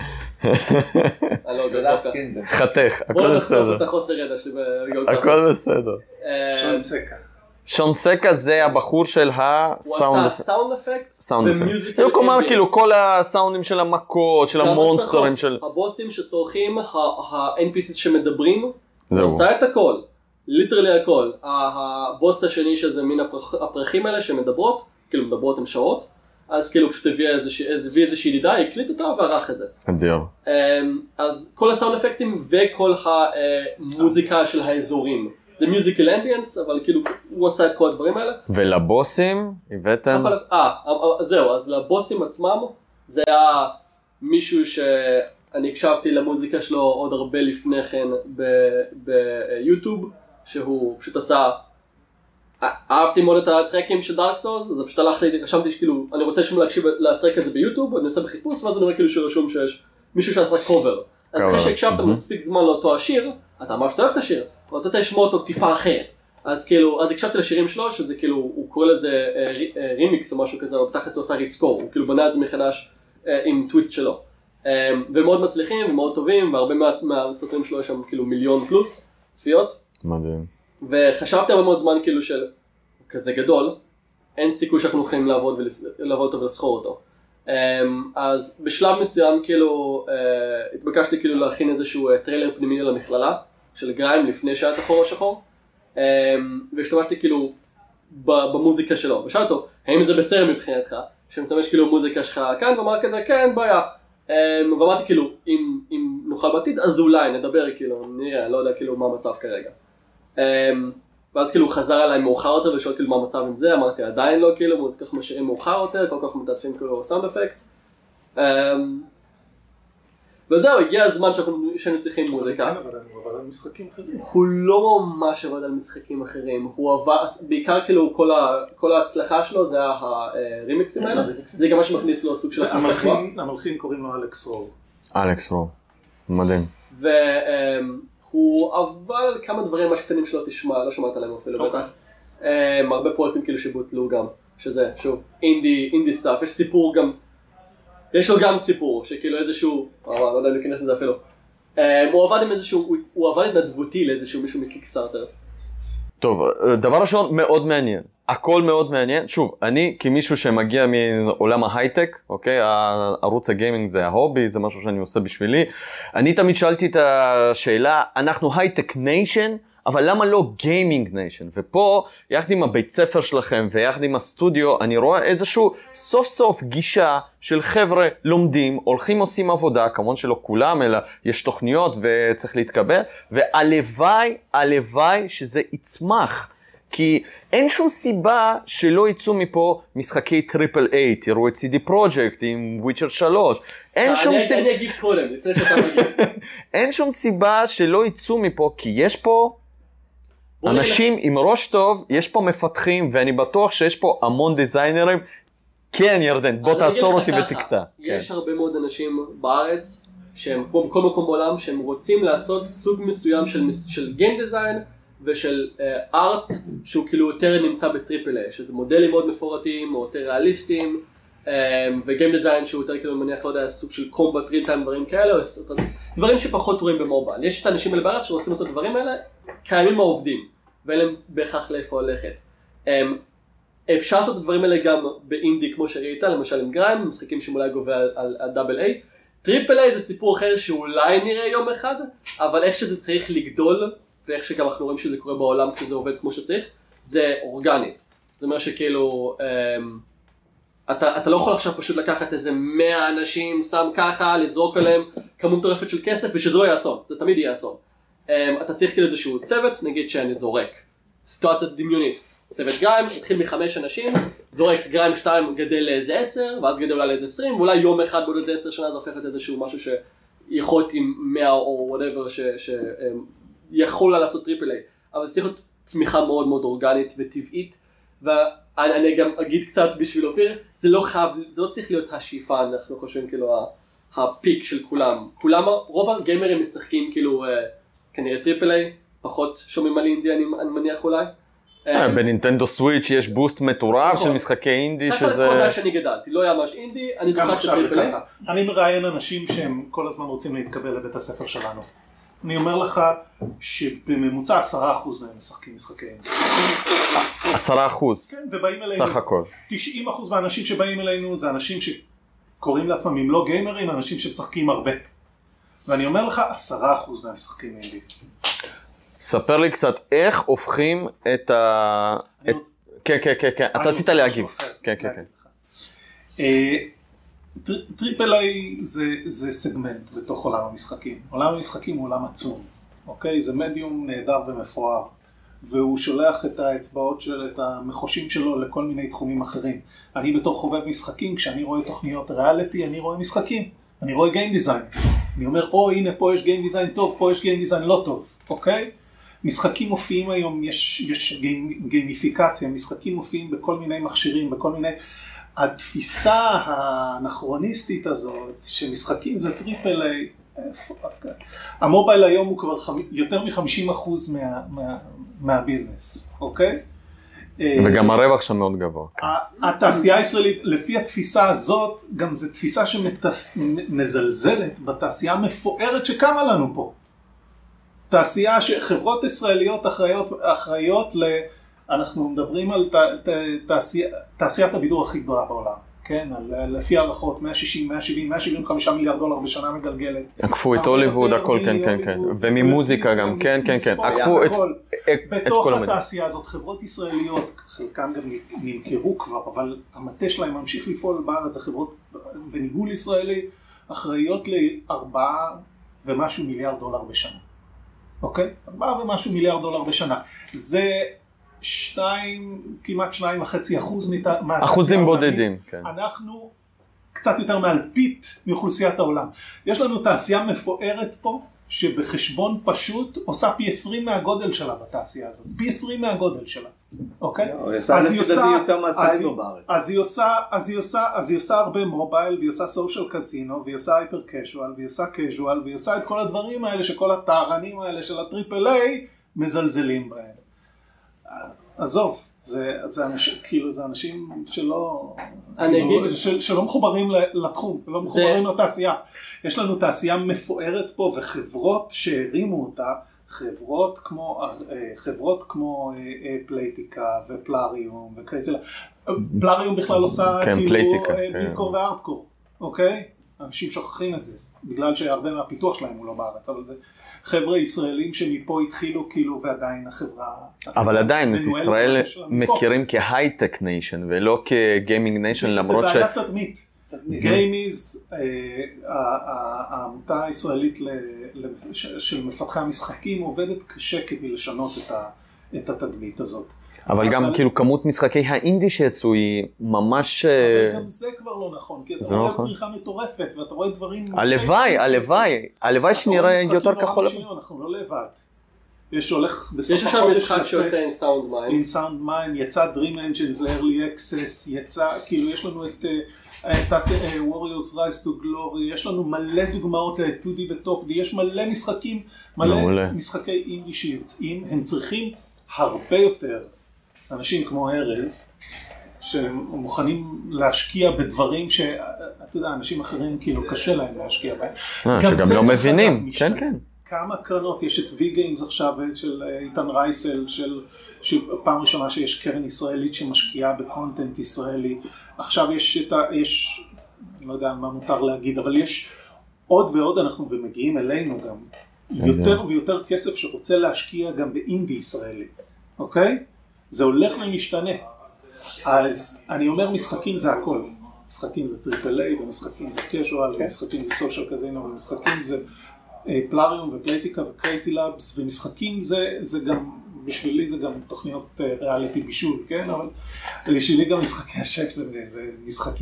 כל חתך, הכל בוא נחשוף בסדר. את החוסר ידע שלי בגיאוגרפיה. הכל בסדר. שון סקה. שון סקה זה הבחור של הסאונד הוא עשה סאונד אפקט סאונד אפקט. ומיוזיקל כלומר, אמביאנס. כאילו כל הסאונדים של המכות, של המונסטרים, של... הבוסים שצורכים, ה-אן פי סי שמדברים, זהו. הוא עשה את הכל, ליטרלי הכל. הבוס השני שזה מין הפרחים האלה שמדברות, כאילו מדברות עם שעות, אז כאילו פשוט הביא איזושהי ידידה, הקליט אותה וערך את זה. אדיר. אז כל הסאונד אפקטים וכל המוזיקה של האזורים. זה מיוזיקל אמביאנס, אבל כאילו הוא עשה את כל הדברים האלה. ולבוסים הבאתם? אה, זהו, אז לבוסים עצמם, זה היה מישהו שאני הקשבתי למוזיקה שלו עוד הרבה לפני כן ביוטיוב, שהוא פשוט עשה, אהבתי מאוד את הטרקים של דארק סולס, אז פשוט הלכתי, רשמתי שכאילו, אני רוצה שום להקשיב לטרק הזה ביוטיוב, אני עושה בחיפוש, ואז אני רואה כאילו שרשום שיש מישהו שעשה קובר. אז אחרי שהקשבת מספיק זמן לאותו השיר, אתה ממש אוהב את השיר, אבל אתה רוצה לשמוע אותו טיפה אחרת. אז כאילו, אז הקשבתי לשירים שלו, שזה כאילו, הוא קורא לזה רימיקס או משהו כזה, אבל בתכלס הוא עושה ריסקור, הוא כאילו בנה את זה מחדש עם טוויסט שלו. ומאוד מצליחים ומאוד טובים, והרבה מהסרטים שלו יש שם כאילו מיליון פלוס צפיות. מדהים. וחשבתי הרבה מאוד זמן כאילו של כזה גדול, אין סיכוי שאנחנו יכולים לעבוד ולעבוד אותו ולסחור אותו. אז בשלב מסוים כאילו התבקשתי כאילו להכין איזשהו טריילר פנימי למכללה של גריים לפני שהיה את החור השחור, והשתמשתי כאילו במוזיקה שלו, ושאל אותו, האם זה בסדר מבחינתך, שמתמש כאילו מוזיקה שלך כאן, ואמר כזה, כן, בעיה. ואמרתי כאילו, אם נוכל בעתיד, אז אולי נדבר כאילו, נראה, לא יודע כאילו מה המצב כרגע. ואז כאילו הוא חזר אליי מאוחר יותר ושאול כאילו מה המצב עם זה, אמרתי עדיין לא כאילו, מוזיקה משאירים מאוחר יותר, כל כך מתעדפים כאילו סאונד אפקטס. וזהו, הגיע הזמן שאנחנו צריכים מוזיקה. אבל הוא עבד על משחקים אחרים. הוא לא ממש עבד על משחקים אחרים, הוא עבד, בעיקר כאילו כל ההצלחה שלו זה הרימיקסים האלה, זה גם מה שמכניס לו סוג של... המלחין קוראים לו אלכס רו. אלכס רו, מדהים. והוא עבד על כמה דברים השקטנים שלו, תשמע, לא שמעת עליהם אפילו בטח. הרבה פרויקטים כאילו שבוטלו גם, שזה שוב אינדי, אינדי סטאפ, יש סיפור גם, יש לו גם סיפור שכאילו איזשהו, לא יודע אם להיכנס לזה אפילו. הוא עבד עם איזשהו, הוא עבד התנדבותי לאיזשהו מישהו מקיקסטארטר. טוב, דבר ראשון מאוד מעניין, הכל מאוד מעניין. שוב, אני כמישהו שמגיע מעולם ההייטק, אוקיי, ערוץ הגיימינג זה ההובי, זה משהו שאני עושה בשבילי. אני תמיד שאלתי את השאלה, אנחנו הייטק ניישן, אבל למה לא גיימינג ניישן? ופה, יחד עם הבית ספר שלכם ויחד עם הסטודיו, אני רואה איזשהו סוף סוף גישה של חבר'ה לומדים, הולכים עושים עבודה, כמובן שלא כולם, אלא יש תוכניות וצריך להתקבל, והלוואי, הלוואי שזה יצמח. כי אין שום סיבה שלא יצאו מפה משחקי טריפל איי, תראו את סי די פרוג'קט עם וויצ'ר שלוש. אין שום סיבה... אני אגיד קודם, לפני שאתה מגיע. אין שום סיבה שלא יצאו מפה, כי יש פה אנשים עם ראש טוב, יש פה מפתחים, ואני בטוח שיש פה המון דיזיינרים. כן, ירדן, בוא תעצור אותי ותקטע. יש הרבה מאוד אנשים בארץ, שהם כמו בכל מקום בעולם, שהם רוצים לעשות סוג מסוים של גיים דיזיין, ושל ארט שהוא כאילו יותר נמצא בטריפל איי, שזה מודלים מאוד מפורטים או יותר ריאליסטיים, וגיים דיזיין שהוא יותר כאילו מניח, לא יודע, סוג של קומבט ריל טיים, דברים כאלה, או דברים שפחות רואים במובייל. יש את האנשים האלה בארץ שרוצים לעשות דברים האלה, קיימים העובדים, ואין להם בהכרח לאיפה ללכת. אפשר לעשות את הדברים האלה גם באינדי כמו שראית, למשל עם גריים, משחקים שאולי גובה על דאבל איי. טריפל איי זה סיפור אחר שאולי נראה יום אחד, אבל איך שזה צריך לגדול, ואיך שגם אנחנו רואים שזה קורה בעולם כשזה עובד כמו שצריך, זה אורגנית. זאת אומרת שכאילו, אתה, אתה לא יכול עכשיו פשוט לקחת איזה מאה אנשים סתם ככה, לזרוק עליהם כמות מטורפת של כסף, ושזה לא יהיה אסון, זה תמיד יהיה אסון. אתה צריך כאילו איזשהו צוות, נגיד שאני זורק, סיטואציה דמיונית. צוות גריים, התחיל מחמש אנשים, זורק גריים שתיים גדל לאיזה עשר, ואז גדל אולי לאיזה עשרים, ואולי יום אחד בעוד איזה עשר שנה זה הופך את איזשהו משהו שיכול להיות עם מאה או whatever ש... ש יכול לה לעשות טריפל איי, אבל זה צריך להיות צמיחה מאוד מאוד אורגנית וטבעית, ואני גם אגיד קצת בשביל אופיר, זה לא חייב, זה לא צריך להיות השאיפה, אנחנו חושבים כאילו הפיק של כולם, כולם, רוב הגיימרים משחקים כאילו כנראה טריפל איי, פחות שומעים על אינדי אני מניח אולי, בנינטנדו סוויץ' יש בוסט מטורף של משחקי אינדי שזה... ככה לפחות שאני גדלתי, לא היה ממש אינדי, אני זוכר את הטריפל איי. אני מראיין אנשים שהם כל הזמן רוצים להתקבל לבית הספר שלנו. אני אומר לך שבממוצע עשרה אחוז מהם משחקים משחקי אינדי. עשרה אחוז? כן, ובאים אלינו. סך הכל. תשעים אחוז מהאנשים שבאים אלינו זה אנשים שקוראים לעצמם, אם לא גיימרים, אנשים שמשחקים הרבה. ואני אומר לך, עשרה אחוז מהמשחקים אינדי. ספר לי קצת איך הופכים את ה... כן, כן, כן, כן, אתה רצית להגיב. כן, כן, כן. טריפל איי זה סגמנט בתוך עולם המשחקים. עולם המשחקים הוא עולם עצום, אוקיי? זה מדיום נהדר ומפואר, והוא שולח את האצבעות של, את המחושים שלו לכל מיני תחומים אחרים. אני בתור חובב משחקים, כשאני רואה תוכניות ריאליטי, אני רואה משחקים. אני רואה גיים דיזיין. אני אומר, או, הנה, פה יש גיים דיזיין טוב, פה יש גיים דיזיין לא טוב, אוקיי? משחקים מופיעים היום, יש, יש גיים, גיימיפיקציה, משחקים מופיעים בכל מיני מכשירים, בכל מיני... התפיסה האנכרוניסטית הזאת, שמשחקים זה טריפל איי, המובייל היום הוא כבר חמ... יותר מ-חמישים אחוז מה, מה, מהביזנס, אוקיי? וגם הרווח שם מאוד גבוה. התעשייה הישראלית, לפי התפיסה הזאת, גם זו תפיסה שמזלזלת בתעשייה המפוארת שקמה לנו פה. תעשייה שחברות ישראליות אחראיות, אחראיות ל... אנחנו מדברים על ת, ת, תעשייה, תעשיית הבידור הכי גדולה בעולם, כן? על, לפי הערכות מאה שישים, מאה שבעים, מאה שבעים וחמישה מיליארד דולר בשנה מגלגלת. עקפו את הוליווד, הכל, כן, כן, כן. וממוזיקה גם, כן, כן, כן. עקפו את כל המדינה. בתוך התעשייה הזאת, חברות ישראליות, חלקם גם נמכרו כבר, אבל המטה שלהם ממשיך לפעול בארץ, החברות בניגול ישראלי, אחראיות לארבעה ומשהו מיליארד דולר בשנה. אוקיי? ארבעה ומשהו מיליארד דולר בשנה. זה... שתיים, כמעט שניים וחצי אחוז מהתעשייה. אחוזים בודדים, כן. אנחנו קצת יותר מאלפית מאוכלוסיית העולם. יש לנו תעשייה מפוארת פה, שבחשבון פשוט עושה פי עשרים מהגודל שלה בתעשייה הזאת. פי עשרים מהגודל שלה, אוקיי? אז היא עושה יותר מהסייבר בארץ. אז היא עושה, אז היא עושה, אז היא עושה הרבה מובייל, והיא עושה סושיאל קזינו, והיא עושה הייפר קז'ואל, והיא עושה קז'ואל, והיא עושה את כל הדברים האלה, שכל הטהרנים האלה של הטריפל איי מזלזלים בהם. עזוב, זה, זה אנשים, כאילו זה אנשים שלא, כאילו, של, שלא מחוברים לתחום, לא מחוברים זה... לתעשייה. יש לנו תעשייה מפוארת פה וחברות שהרימו אותה, חברות כמו, חברות כמו פלייטיקה ופלאריום וכאלה. פלאריום בכלל עושה כן, כאילו פלייטיקה, ביטקור כן. וארטקור, אוקיי? אנשים שוכחים את זה, בגלל שהרבה מהפיתוח שלהם הוא לא בארץ, אבל זה... חבר'ה ישראלים שמפה התחילו כאילו ועדיין החברה... אבל עדיין את ישראל מכירים כהייטק ניישן ולא כגיימינג ניישן למרות ש... זה בעיית תדמית. גיימיז, העמותה הישראלית של מפתחי המשחקים עובדת קשה כדי לשנות את התדמית הזאת. אבל גם כאילו כמות משחקי האינדי שיצאו היא ממש... אבל גם זה כבר לא נכון, כי אתה רואה פריחה מטורפת ואתה רואה דברים... הלוואי, הלוואי, הלוואי שנראה יותר כחול. אנחנו לא לבד. יש הולך בסוף החודש... יש שם משחק שיוצא עם סאונד מיינד. עם סאונד מיינד, יצא Dream Engines ל-Early Access, יצא, כאילו יש לנו את Warriors Rise to Glory, יש לנו מלא דוגמאות ל-טו די ו-טופ די, יש מלא משחקים, מלא משחקי אינדי שיוצאים, הם צריכים הרבה יותר אנשים כמו ארז, שמוכנים להשקיע בדברים שאתה יודע, אנשים אחרים כאילו קשה להם להשקיע בהם. שגם לא מבינים, כן, כן. כמה קרנות, יש את וי-גיימס עכשיו של איתן רייסל, של פעם ראשונה שיש קרן ישראלית שמשקיעה בקונטנט ישראלי. עכשיו יש את ה... יש, אני לא יודע מה מותר להגיד, אבל יש עוד ועוד אנחנו ומגיעים אלינו גם יותר ויותר כסף שרוצה להשקיע גם באינדי ישראלי, אוקיי? זה הולך ומשתנה. אז אני אומר משחקים זה הכל. משחקים זה טריפל איי, ומשחקים זה קז'ואל, ומשחקים זה סושיאל קזינו, ומשחקים זה פלאריום ופלייטיקה וקרייזי לאבס, ומשחקים זה, זה גם, בשבילי זה גם תוכניות ריאליטי בישול, כן? אבל בשבילי גם משחקי השף זה, זה משחקים.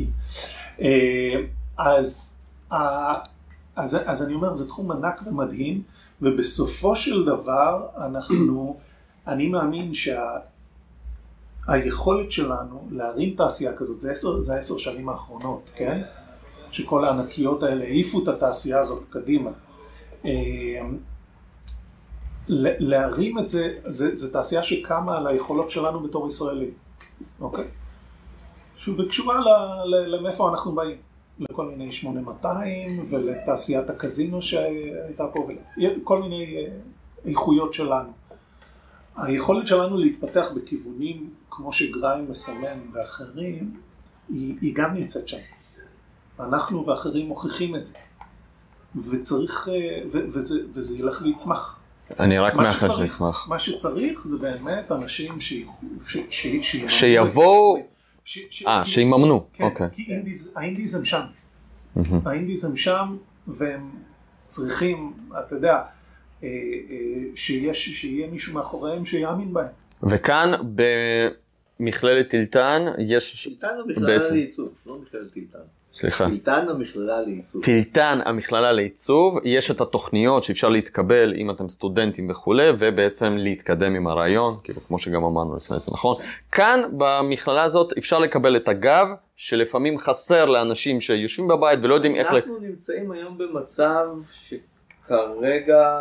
אז, אז, אז אני אומר, זה תחום ענק ומדהים, ובסופו של דבר אנחנו, אני מאמין שה... היכולת שלנו להרים תעשייה כזאת, זה עשר, זה עשר שנים האחרונות, כן? שכל הענקיות האלה העיפו את התעשייה הזאת קדימה. להרים את זה, זה, זה תעשייה שקמה על היכולות שלנו בתור ישראלים, אוקיי? וקשורה למאיפה אנחנו באים, לכל מיני שמונה מאתיים ולתעשיית הקזינו שהייתה פה, כל מיני איכויות שלנו. היכולת שלנו להתפתח בכיוונים, כמו שגריים מסמן ואחרים, היא, היא גם נמצאת שם. אנחנו ואחרים מוכיחים את זה. וצריך, ו, וזה, וזה ילך ויצמח. אני רק מאחל שיצמח. מה שצריך זה באמת אנשים ש, ש, ש, ש, שיבואו, אה, שיממנו. כן, אוקיי. כי אינדיז, האינדיז הם שם. האינדיז הם שם, והם צריכים, אתה יודע, שיש, שיהיה מישהו מאחוריהם שיאמין בהם. וכאן במכללת טילטן יש... טילטן המכללה לעיצוב, לא מכללת טילטן. סליחה. טילטן המכללה לעיצוב. טילטן המכללה לעיצוב, יש את התוכניות שאפשר להתקבל אם אתם סטודנטים וכולי, ובעצם להתקדם עם הרעיון, כאילו כמו שגם אמרנו לפני זה, נכון? כאן במכללה הזאת אפשר לקבל את הגב, שלפעמים חסר לאנשים שיושבים בבית ולא יודעים איך... אנחנו נמצאים היום במצב שכרגע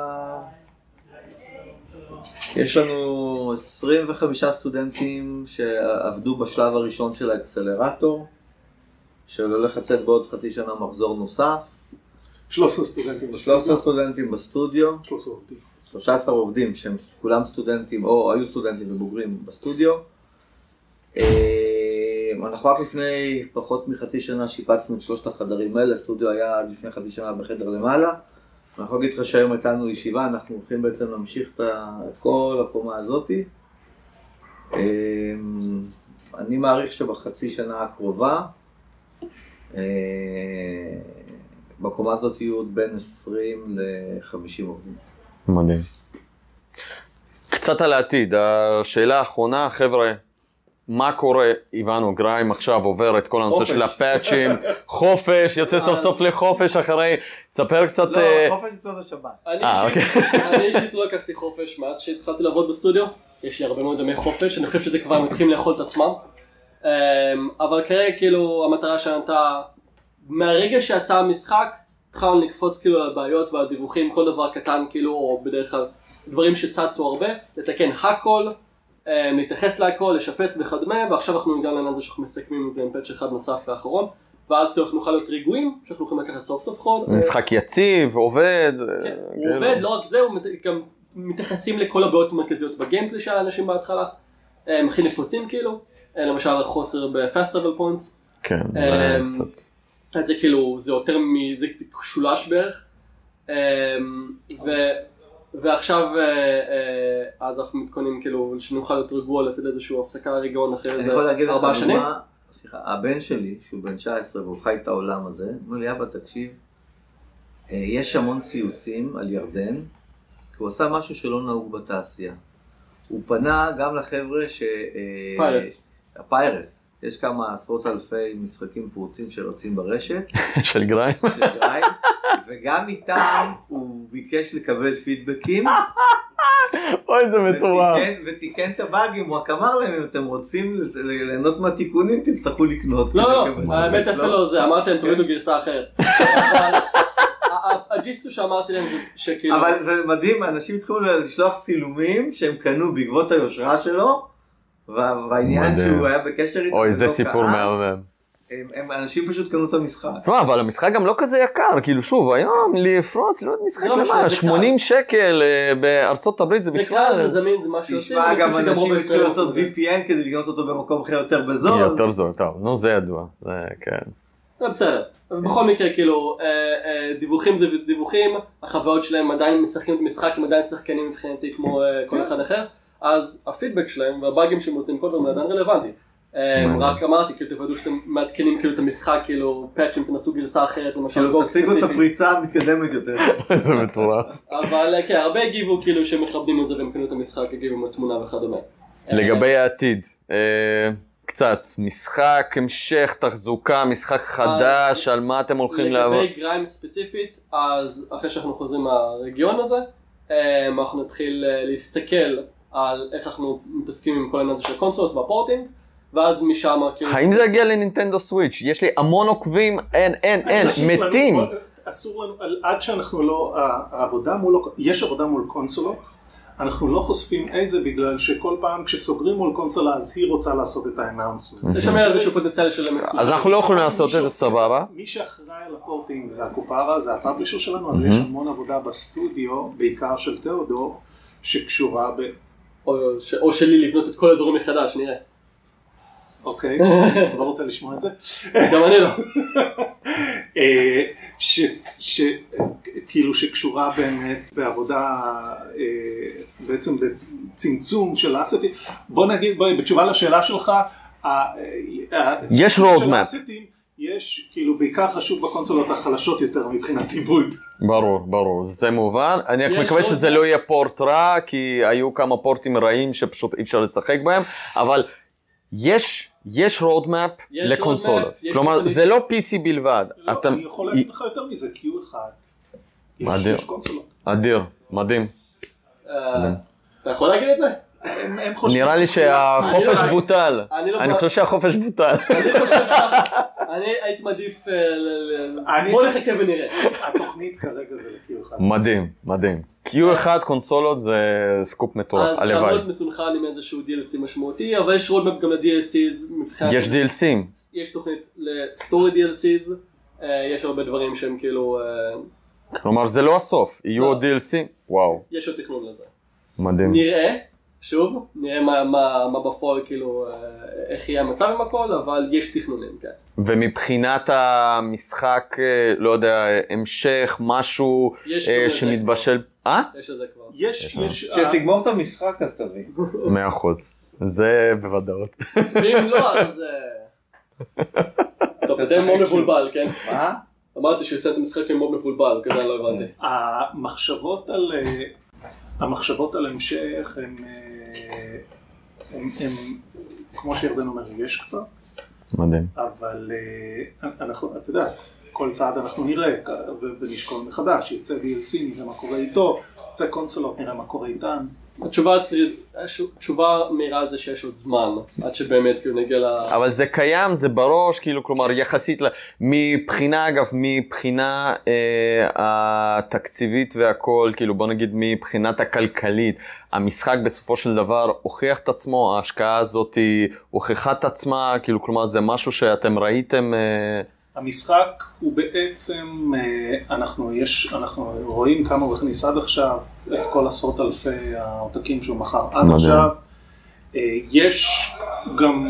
יש לנו עשרים וחמישה סטודנטים שעבדו בשלב הראשון של האקסלרטור, שהולך לצאת בעוד חצי שנה מחזור נוסף. שלושה עשר סטודנטים בסטודיו. שלושה עשר סטודנטים בסטודיו. שלושה עשר עובדים. שלושה עשר עובדים שהם כולם סטודנטים או היו סטודנטים ובוגרים בסטודיו. אנחנו רק לפני פחות מחצי שנה שיפצנו את שלושת החדרים האלה, הסטודיו היה לפני חצי שנה בחדר למעלה. אני יכול להגיד לך שהיום איתנו ישיבה, אנחנו הולכים בעצם להמשיך את כל הקומה הזאת. אני מעריך שבחצי שנה הקרובה, בקומה הזאת יהיו עוד בין עשרים לחמישים עובדים. מדהים. קצת על העתיד, השאלה האחרונה, חבר'ה, מה קורה, הבנו, גריים עכשיו עובר את כל הנושא של הפאצ'ים, חופש, יוצא סוף סוף לחופש אחרי, תספר קצת... לא, חופש יוצא לשבת. אני אישית לא לקחתי חופש מאז שהתחלתי לעבוד בסטודיו, יש לי הרבה מאוד ימי חופש, אני חושב שזה כבר מתחילים לאכול את עצמם, אבל כרגע כאילו המטרה שענתה, מהרגע שיצא המשחק, התחלנו לקפוץ כאילו על הבעיות ועל דיווחים, כל דבר קטן כאילו, או בדרך כלל דברים שצצו הרבה, לתקן הכל, להתייחס להכל, לשפץ וכדומה, ועכשיו אנחנו נגע לעניין הזה שאנחנו מסכמים את זה עם פאץ' אחד נוסף ואחרון, ואז כאילו אנחנו נוכל להיות רגועים, שאנחנו יכולים לקחת סוף סוף חוד. משחק יציב, עובד. כן, הוא עובד, לא רק זה, הוא גם מתייחסים לכל הבעיות המרכזיות בגיימפלי של האנשים בהתחלה, הם הכי נפוצים כאילו, למשל חוסר ב-fast travel points. כן, זה קצת. אז זה כאילו, זה יותר מ... זה שולש בערך. ועכשיו, אז אנחנו מתכוננים כאילו, שנוכל להיות רגוע לצד איזשהו הפסקה רגיון אחרי איזה ארבע שנים. סליחה, הבן שלי, שהוא בן תשע עשרה והוא חי את העולם הזה, אומר לי, אבא תקשיב, יש המון ציוצים על ירדן, כי הוא עשה משהו שלא נהוג בתעשייה. הוא פנה גם לחבר'ה ש... פיירטס. הפיירטס. יש כמה עשרות אלפי משחקים פרוצים שרוצים ברשת. של גריים. של גריים. וגם איתם הוא ביקש לקבל פידבקים. אוי, זה מטורף. ותיקן את הבאגים, הוא רק אמר להם, אם אתם רוצים ליהנות מהתיקונים, תצטרכו לקנות. לא, לא, האמת אפילו לא זה, אמרתי להם, תורידו גרסה אחרת. הג'יסטו שאמרתי להם זה שכאילו... אבל זה מדהים, אנשים התחילו לשלוח צילומים שהם קנו בעקבות היושרה שלו, והעניין שהוא היה בקשר איתו. אוי, זה סיפור מהמם. אנשים פשוט קנו את המשחק. לא, אבל המשחק גם לא כזה יקר, כאילו שוב, היום לפרוץ, לא משחק למה, שמונים שקל בארצות הברית זה בכלל. זה זמין, זה משהו עושים. תשמע, גם אנשים התחילו לעשות וי פי אן כדי לקנות אותו במקום אחר יותר בזול. יותר זול, טוב, נו זה ידוע, זה כן. זה בסדר, בכל מקרה כאילו, דיווחים זה דיווחים, החוויות שלהם עדיין משחקים את המשחק, הם עדיין שחקנים מבחינתי כמו כל אחד אחר, אז הפידבק שלהם והבאגים שהם רוצים כל פעם עדיין רלוונטי. רק אמרתי, כאילו תוודאו שאתם מעדכנים כאילו את המשחק, כאילו פאצ'ים, תנסו גרסה אחרת, למשל כאילו תשיגו את הפריצה המתקדמת יותר. זה מטורף. אבל כן, הרבה הגיבו כאילו שמכבדים את זה והם קנו את המשחק, הגיבו עם התמונה וכדומה. לגבי העתיד, קצת, משחק, המשך, תחזוקה, משחק חדש, על מה אתם הולכים לעבור? לגבי גריים ספציפית, אז אחרי שאנחנו חוזרים מהרגיון הזה, אנחנו נתחיל להסתכל על איך אנחנו מתעסקים עם כל העניין הזה של הקונסולות והפורטינג, ואז משם כאילו... האם זה יגיע לנינטנדו סוויץ'? יש לי המון עוקבים, אין, אין, אין, מתים. אסור לנו, עד שאנחנו לא, העבודה מול, יש עבודה מול קונסולות, אנחנו לא חושפים איזה בגלל שכל פעם כשסוגרים מול קונסולה אז היא רוצה לעשות את האנאונסמנט. לשמר איזשהו פוטנציאל שלהם. אז אנחנו לא יכולים לעשות את זה, סבבה. מי שאחראי על הפורטינג זה הקופרה, זה הפאבלישר שלנו, אבל יש המון עבודה בסטודיו, בעיקר של תיאודור, שקשורה ב... או שלי לבנות את כל האזורים מחדש, נראה. אוקיי, לא רוצה לשמוע את זה. גם אני לא. כאילו שקשורה באמת בעבודה, בעצם בצמצום של האסטים. בוא נגיד, בתשובה לשאלה שלך, יש רודמאפ. יש, כאילו בעיקר חשוב בקונסולות החלשות יותר מבחינת עיבוד. ברור, ברור, זה מובן. אני רק מקווה שזה לא יהיה פורט רע, כי היו כמה פורטים רעים שפשוט אי אפשר לשחק בהם, אבל יש, יש רודמאפ לקונסולות. כלומר, זה לא פי סי בלבד. אני יכול להגיד לך יותר מזה, קיו אחד. יש קונסולות. אדיר, מדהים. אתה יכול להגיד את זה? נראה לי שהחופש בוטל. אני חושב שהחופש בוטל. אני חושב שאני הייתי מעדיף, בוא נחכה ונראה. התוכנית כרגע זה ל-קיו אחד. מדהים, מדהים. קיו אחד קונסולות זה סקופ מטורף, הלוואי. אז לעבוד מסונכן עם איזשהו די אל סי משמעותי, אבל יש רודמאפ גם ל-די אל סיז. יש די אל סי'ים. יש תוכנית לסטורי די אל סיז, יש הרבה דברים שהם כאילו... כלומר זה לא הסוף, יהיו עוד די אל סי? וואו. יש עוד תכנון לזה. מדהים. נראה. שוב, נראה מה, מה, מה בפועל, כאילו, איך יהיה המצב עם הכל, אבל יש תכנונים, כן. ומבחינת המשחק, לא יודע, המשך, משהו שמתבשל... אה? יש לזה כבר. יש, יש... כשתגמור את המשחק אז תביא. מאה אחוז. זה בוודאות. ואם לא, אז... טוב, זה מאוד מבולבל, כן? מה? אמרתי שעושה את המשחק עם מאוד מבולבל, כזה אני לא הבנתי. המחשבות על... המחשבות על המשך הם, הם, הם, כמו שירדן אומר, יש כבר. מדהים. אבל אנחנו, אתה יודע, כל צעד אנחנו נראה ונשקול מחדש, יצא די אל סי, נראה מה קורה איתו, יצא קונסולות, נראה מה קורה איתן. התשובה, התשובה מהירה זה שיש עוד זמן, עד שבאמת כאילו נגיע ל... אבל זה קיים, זה בראש, כאילו, כלומר, יחסית, מבחינה, אגב, מבחינה אה, התקציבית והכל, כאילו, בוא נגיד, מבחינת הכלכלית, המשחק בסופו של דבר הוכיח את עצמו, ההשקעה הזאת היא הוכיחה את עצמה, כאילו, כלומר, זה משהו שאתם ראיתם... אה... המשחק הוא בעצם, אנחנו, יש, אנחנו רואים כמה הוא הכניס עד עכשיו, את כל עשרות אלפי העותקים שהוא מכר עד עכשיו. יש גם,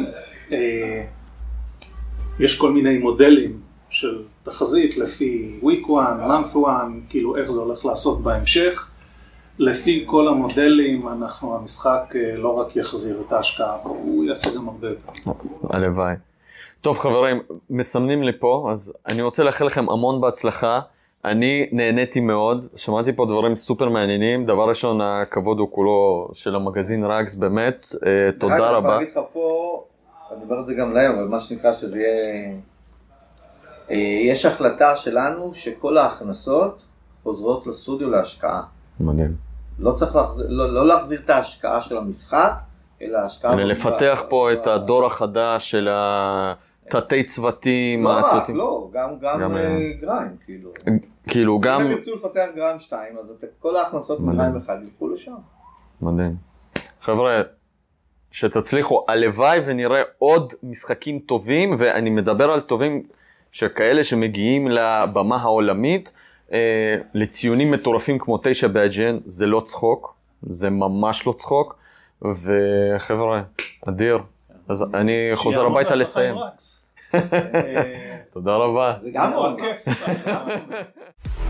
יש כל מיני מודלים של תחזית לפי week one, month one, כאילו איך זה הולך לעשות בהמשך. לפי כל המודלים, אנחנו, המשחק לא רק יחזיר את ההשקעה, הוא יעשה גם הרבה יותר. הלוואי. טוב חברים, מסמנים לי פה, אז אני רוצה לאחל לכם המון בהצלחה. אני נהניתי מאוד, שמעתי פה דברים סופר מעניינים. דבר ראשון, הכבוד הוא כולו של המגזין רגס, באמת, תודה רבה. אני יכול להגיד לך פה, אני אומר את זה גם להם, אבל מה שנקרא שזה יהיה... יש החלטה שלנו שכל ההכנסות חוזרות לסטודיו להשקעה. מדהים. לא צריך להחזיר, לא, לא להחזיר את ההשקעה של המשחק, אלא ההשקעה... אלא לפתח פה את הדור החדש של התתי צוותים, לא רק, לא, גם גריים, כאילו. כאילו, גם... אם הם ירצו לפתח גריים שתיים, אז כל ההכנסות מגריים אחד ילכו לשם. מדהים. חבר'ה, שתצליחו, הלוואי ונראה עוד משחקים טובים, ואני מדבר על טובים שכאלה שמגיעים לבמה העולמית, לציונים מטורפים כמו תשע ב-איי ג'י אן, זה לא צחוק, זה ממש לא צחוק. וחבר'ה, אדיר. אז אני חוזר הביתה לסיים. תודה רבה. זה גם מאוד כיף.